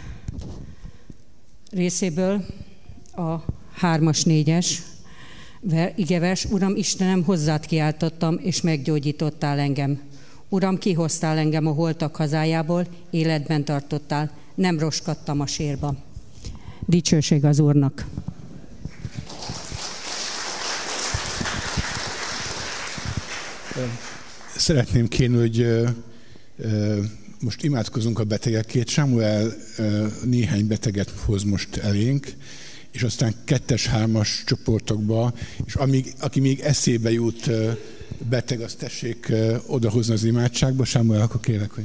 részéből a 3-as, 4-es igevers. Uram, Istenem, hozzád kiáltottam, és meggyógyítottál engem. Uram, kihoztál engem a holtak hazájából, életben tartottál, nem roskadtam a sírba. Dicsőség az Úrnak. Szeretném kérni, hogy most imádkozunk a betegekért. Sámuel néhány beteget hoz most elénk, és aztán 2-3 csoportokba, és aki még eszébe jut beteg, azt tessék odahozni az imádságba. Sámuel, akkor kérlek, hogy...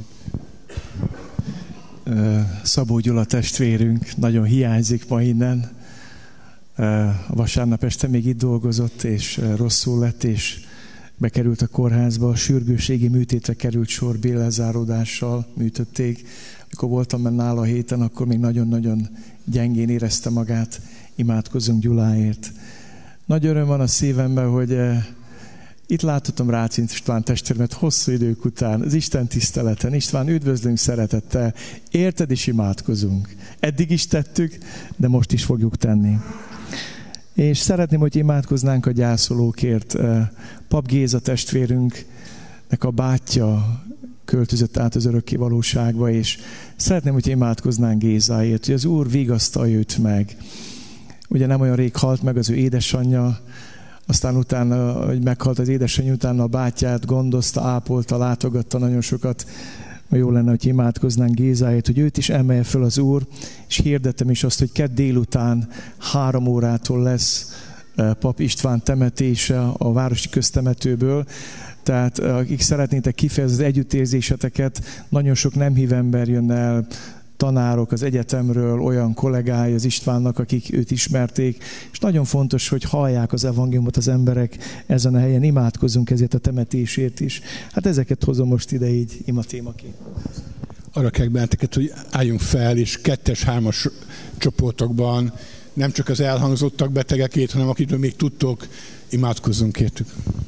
Szabó Gyula testvérünk nagyon hiányzik ma innen. Vasárnap este még itt dolgozott, és rosszul lett, és bekerült a kórházba, sürgősségi műtétre került sor, béllezáródással műtötték. Amikor voltam benne nála a héten, akkor még nagyon-nagyon gyengén érezte magát. Imádkozzunk Gyuláért. Nagy öröm van a szívemben, hogy itt láthatom Rácz István testvéremet hosszú idők után, az Isten tiszteleten. István, üdvözlünk szeretettel, érted és imádkozunk. Eddig is tettük, de most is fogjuk tenni. És szeretném, hogy imádkoznánk a gyászolókért. Pap Géza testvérünknek a bátyja költözött át az örökké valóságba, és szeretném, hogy imádkoznánk Gézáért, hogy az Úr vigasztalja őt meg. Ugye nem olyan rég halt meg az ő édesanyja, aztán utána, hogy meghalt az édesanyja, utána a bátyját gondozta, ápolta, látogatta nagyon sokat. Jó lenne, hogy imádkoznánk Gézáért, hogy őt is emelje föl az Úr, és hirdettem is azt, hogy kedd délután 3 órától lesz Pap István temetése a városi köztemetőből. Tehát akik szeretnétek kifejezni az együttérzéseteket, nagyon sok nem hív ember jön el, tanárok az egyetemről, olyan kollégái az Istvánnak, akik őt ismerték, és nagyon fontos, hogy hallják az evangéliumot az emberek ezen a helyen, imádkozzunk ezért a temetésért is. Hát ezeket hozom most ide így imatémaként. Arra kérlek benneteket, hogy álljunk fel, és 2-3 csoportokban nem csak az elhangzottak betegekért, hanem akitől még tudtok, imádkozzunk értük.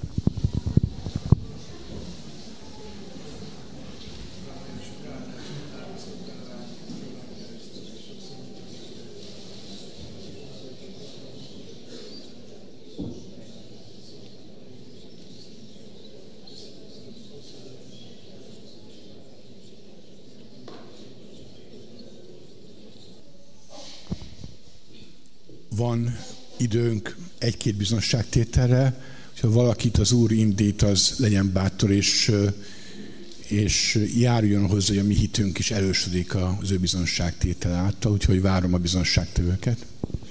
Van időnk 1-2 bizonságtételre, hogyha valakit az Úr indít, az legyen bátor, és járjon hozzá, hogy a mi hitünk is erősödik az ő bizonságtétel által, úgyhogy várom a bizonságtevőket.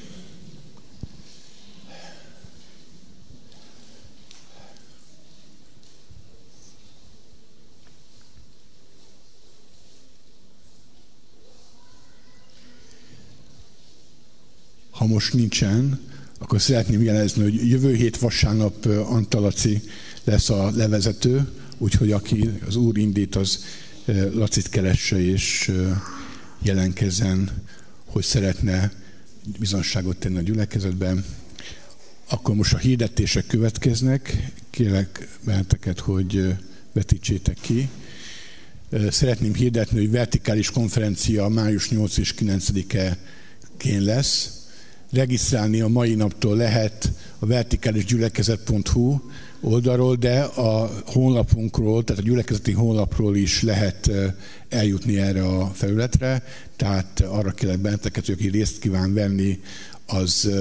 Ha most nincsen, akkor szeretném jelezni, hogy jövő hét vasárnap Antal Laci lesz a levezető, úgyhogy aki az Úr indít, az Lacit keresse és jelenkezzen, hogy szeretne bizonságot tenni a gyülekezetben. Akkor most a hirdetések következnek. Kérlek benneteket, hogy vetítsétek ki. Szeretném hirdetni, hogy vertikális konferencia május 8 és 9-e lesz. Regisztrálni a mai naptól lehet a vertikálisgyülekezet.hu oldalról, de a honlapunkról, tehát a gyülekezeti honlapról is lehet eljutni erre a felületre. Tehát arra kérlek benneteket, hogy aki részt kíván venni, az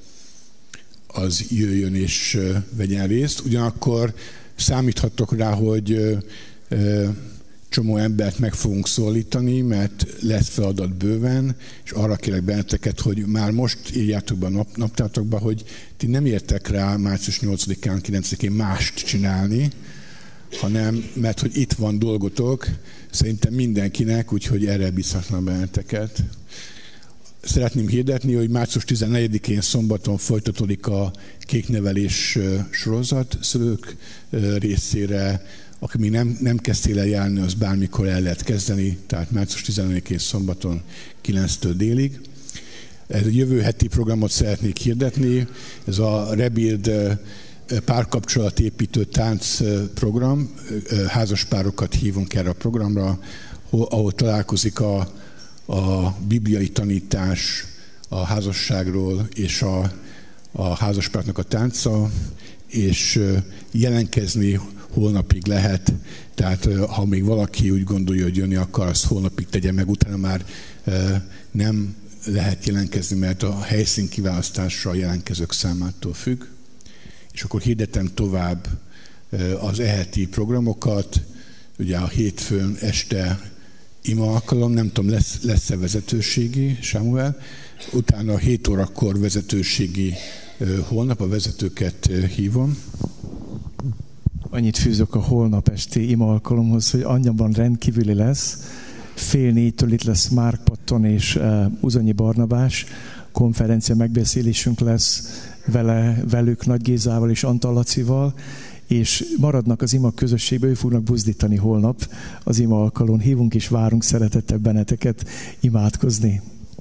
jöjjön és vegyen részt. Ugyanakkor számíthattok rá, hogy csomó embert meg fogunk szólítani, mert lesz feladat bőven, és arra kérlek benneteket, hogy már most írjátok be a naptártokba, hogy ti nem értek rá március 8-án, 9-én mást csinálni, hanem mert hogy itt van dolgotok, szerintem mindenkinek, úgyhogy erre bízhatnak benneteket. Szeretném hirdetni, hogy március 14-én szombaton folytatódik a kéknevelés sorozat szülők részére. Aki még nem kezdtél el járni, az bármikor el lehet kezdeni, tehát március 14-én szombaton 9-től délig. Ez a jövő heti programot szeretnék hirdetni. Ez a Rebuild párkapcsolatépítő tánc program. Házaspárokat hívunk erre a programra, ahol találkozik a bibliai tanítás a házasságról és a házaspárnak a tánca, és jelentkezni holnapig lehet, tehát ha még valaki úgy gondolja, hogy jönni akar, azt holnapig tegye meg, utána már nem lehet jelentkezni, mert a helyszín kiválasztása a jelentkezők számától függ. És akkor hirdetem tovább az eheti programokat, ugye a hétfőn este ima alkalom, nem tudom, lesz-e vezetőségi, Sámuel, utána 7 órakor vezetőségi holnap, a vezetőket hívom. Annyit fűzök a holnap esti ima alkalomhoz, hogy annyiban rendkívüli lesz. 3:30 itt lesz Márk Patton és Uzonyi Barnabás. Konferencia megbeszélésünk lesz velük, Nagy Gézával és Antal Lacival, és maradnak az ima közösségbe, ők fognak buzdítani holnap az ima alkalón. Hívunk és várunk szeretettel benneteket imádkozni.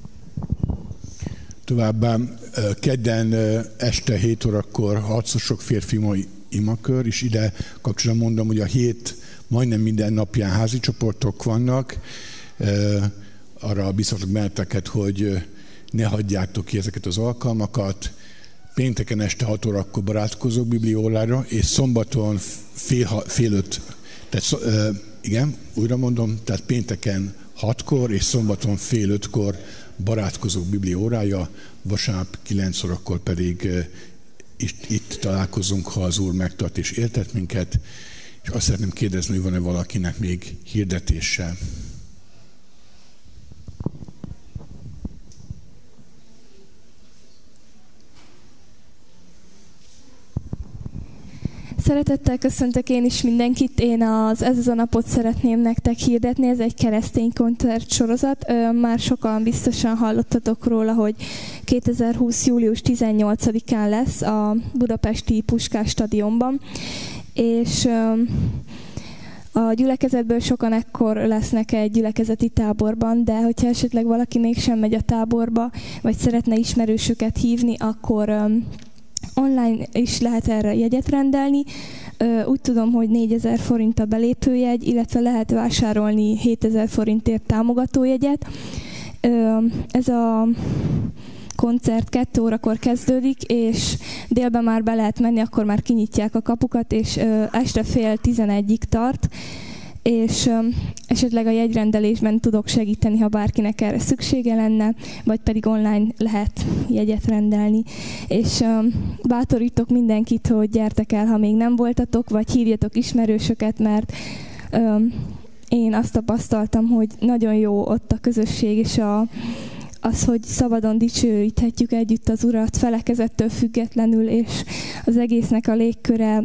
Továbbá kedden este 7 órakor harcosok férfi imakör, és ide kapcsolatban mondom, hogy a hét majdnem minden napján házi csoportok vannak. Arra biztatok benneteket, hogy ne hagyjátok ki ezeket az alkalmakat. Pénteken este 6 órakor barátkozók bibliórára, és szombaton fél 5. Tehát igen, újra mondom, tehát pénteken 6-kor, és szombaton fél 5-kor barátkozók bibliórája, vasárnap 9 órakor pedig itt találkozunk, ha az Úr megtart és éltet minket. És azt szeretném kérdezni, hogy van-e valakinek még hirdetése. Szeretettel köszöntök én is mindenkit. Én ez a napot szeretném nektek hirdetni. Ez egy keresztény koncertsorozat. Már sokan biztosan hallottatok róla, hogy 2020. július 18-án lesz a budapesti Puskás stadionban. És a gyülekezetből sokan ekkor lesznek egy gyülekezeti táborban, de hogyha esetleg valaki mégsem megy a táborba, vagy szeretne ismerősöket hívni, akkor online is lehet erre jegyet rendelni. Úgy tudom, hogy 4000 forint a belépőjegy, illetve lehet vásárolni 7000 forintért támogatójegyet. Ez a koncert 2 órakor kezdődik, és délben már be lehet menni, akkor már kinyitják a kapukat, és este 10:30-ig tart. És esetleg a jegyrendelésben tudok segíteni, ha bárkinek erre szüksége lenne, vagy pedig online lehet jegyet rendelni. És bátorítok mindenkit, hogy gyertek el, ha még nem voltatok, vagy hívjatok ismerősöket, mert én azt tapasztaltam, hogy nagyon jó ott a közösség, és az, hogy szabadon dicsőíthetjük együtt az Urat, felekezettől függetlenül, és az egésznek a légköre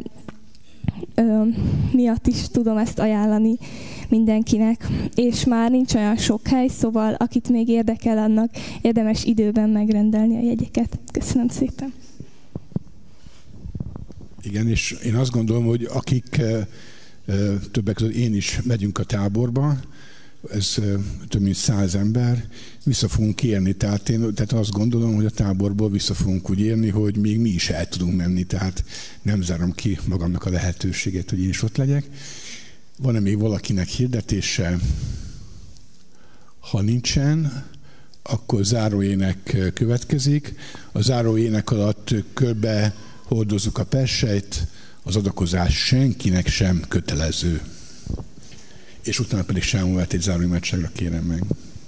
miatt is tudom ezt ajánlani mindenkinek. És már nincs olyan sok hely, szóval akit még érdekel, annak érdemes időben megrendelni a jegyeket. Köszönöm szépen. Igen, és én azt gondolom, hogy akik többek között én is megyünk a táborba, ez több mint 100 ember, vissza fogunk érni. Tehát azt gondolom, hogy a táborból vissza fogunk úgy érni, hogy még mi is el tudunk menni, tehát nem zárom ki magamnak a lehetőséget, hogy én is ott legyek. Van-e még valakinek hirdetése? Ha nincsen, akkor záróének következik. A záróének alatt körbe hordozzuk a persejt, az adakozás senkinek sem kötelező. És utána pedig Sámuelt egy záró imádságra kérem meg.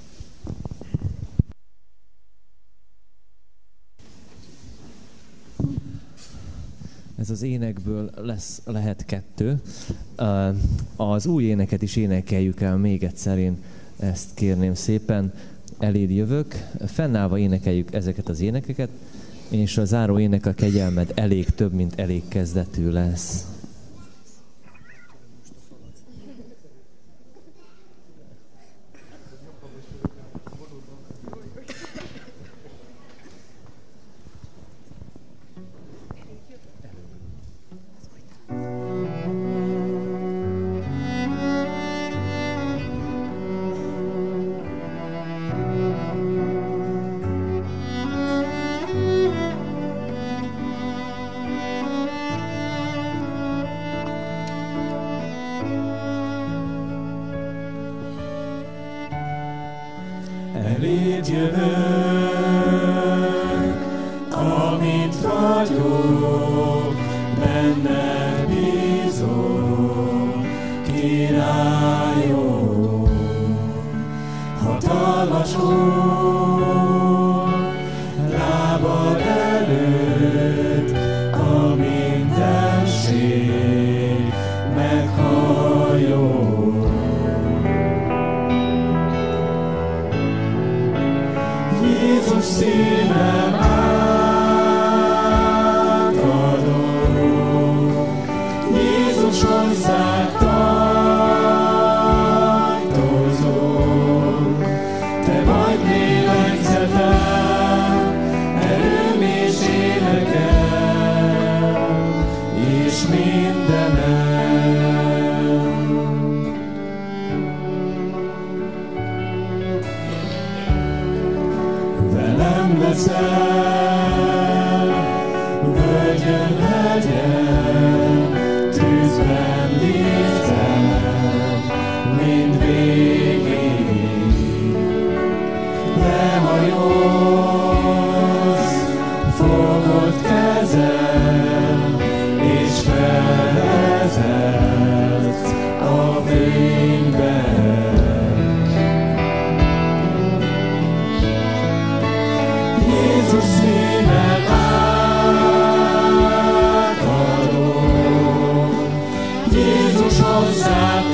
Ez az énekből lehet 2. Az új éneket is énekeljük el még egyszer, én ezt kérném szépen. Eléd jövök. Fennállva énekeljük ezeket az énekeket, és a záró ének a kegyelmed elég több, mint elég kezdetű lesz. Eléd jövök, amint vagyok, benned bízom, királyom, hatalmasom, lábad előtt a mindenség. szívem átadom, Jézus hozzád tartozom, te vagy lélegzetem, erőm és énekem, és mindenem. Velem leszel, völgyön, hegyen, tűzben, vízben, mindvégig. Lehajolsz, fogod kezem, és felvezetsz a fényben. Jézus szívem átadom, Jézus hozzád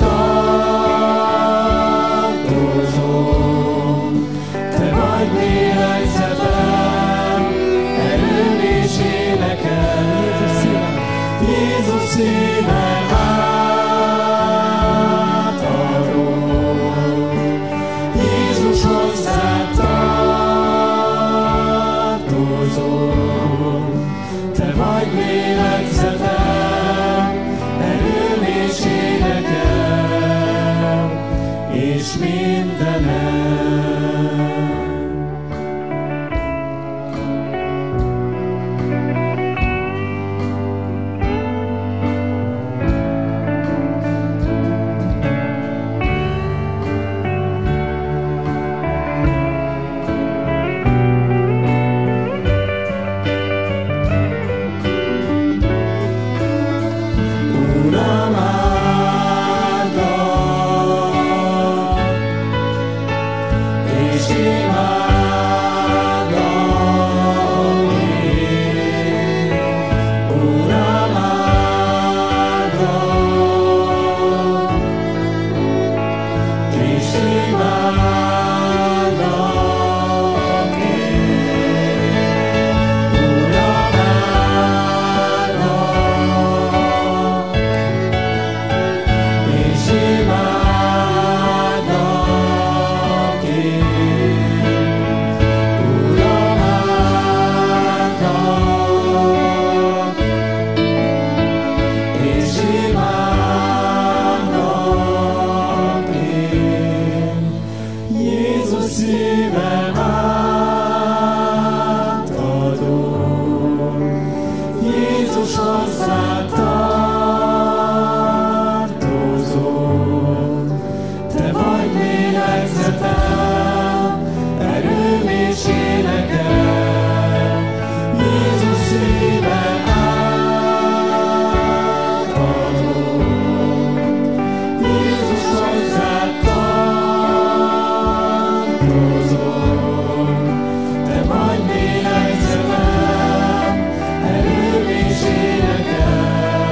tartozom, te vagy lélegzetem, erőm és énekem, Jézus szívem átadom, Jézus hozzád tartozom, te vagy lélegzetem, erőm és énekem, és mindenem. Uram, áldott, és imádom én. Uram, áldott, és imádom én. Uram, áldott, és imádok én. Uram, áldott, és imádok én. Jézus szívem átadom, Jézus hozzád tartozom, te vagy lélegzetem, erőm és énekem, Jézus szívem átadom, Jézus hozzád tartozom, te vagy lélegzetem, erőm és énekem,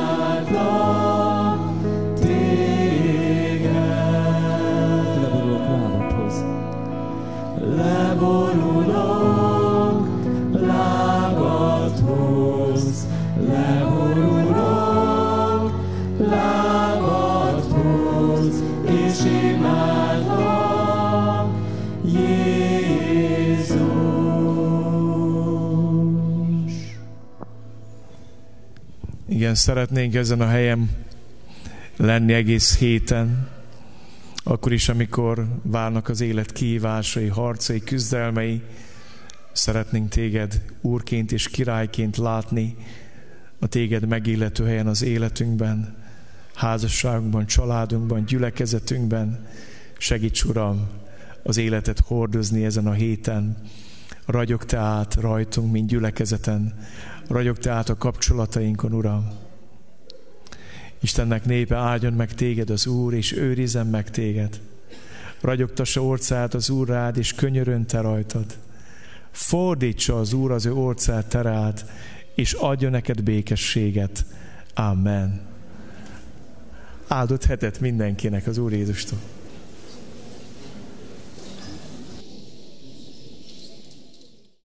imádlak téged. Leborulok lábadhoz. Leborulok lábadhoz, leborulok lábadhoz, és imádlak, Jézus. Igen, szeretnénk ezen a helyen lenni egész héten, akkor is, amikor várnak az élet kihívásai, harcai, küzdelmei. Szeretnénk téged úrként és királyként látni a téged megillető helyen az életünkben, házasságunkban, családunkban, gyülekezetünkben. Segíts, Uram, az életet hordozni ezen a héten. Ragyog te át rajtunk, mint gyülekezeten. Ragyog te át a kapcsolatainkon, Uram. Istennek népe, áldjon meg téged az Úr, és őrizzen meg téged. Ragyogtassa orcát az Úr rád, és könyörön te rajtad. Fordítsa az Úr az ő orcát te rád, és adja neked békességet. Amen. Áldott hetet mindenkinek az Úr Jézustól.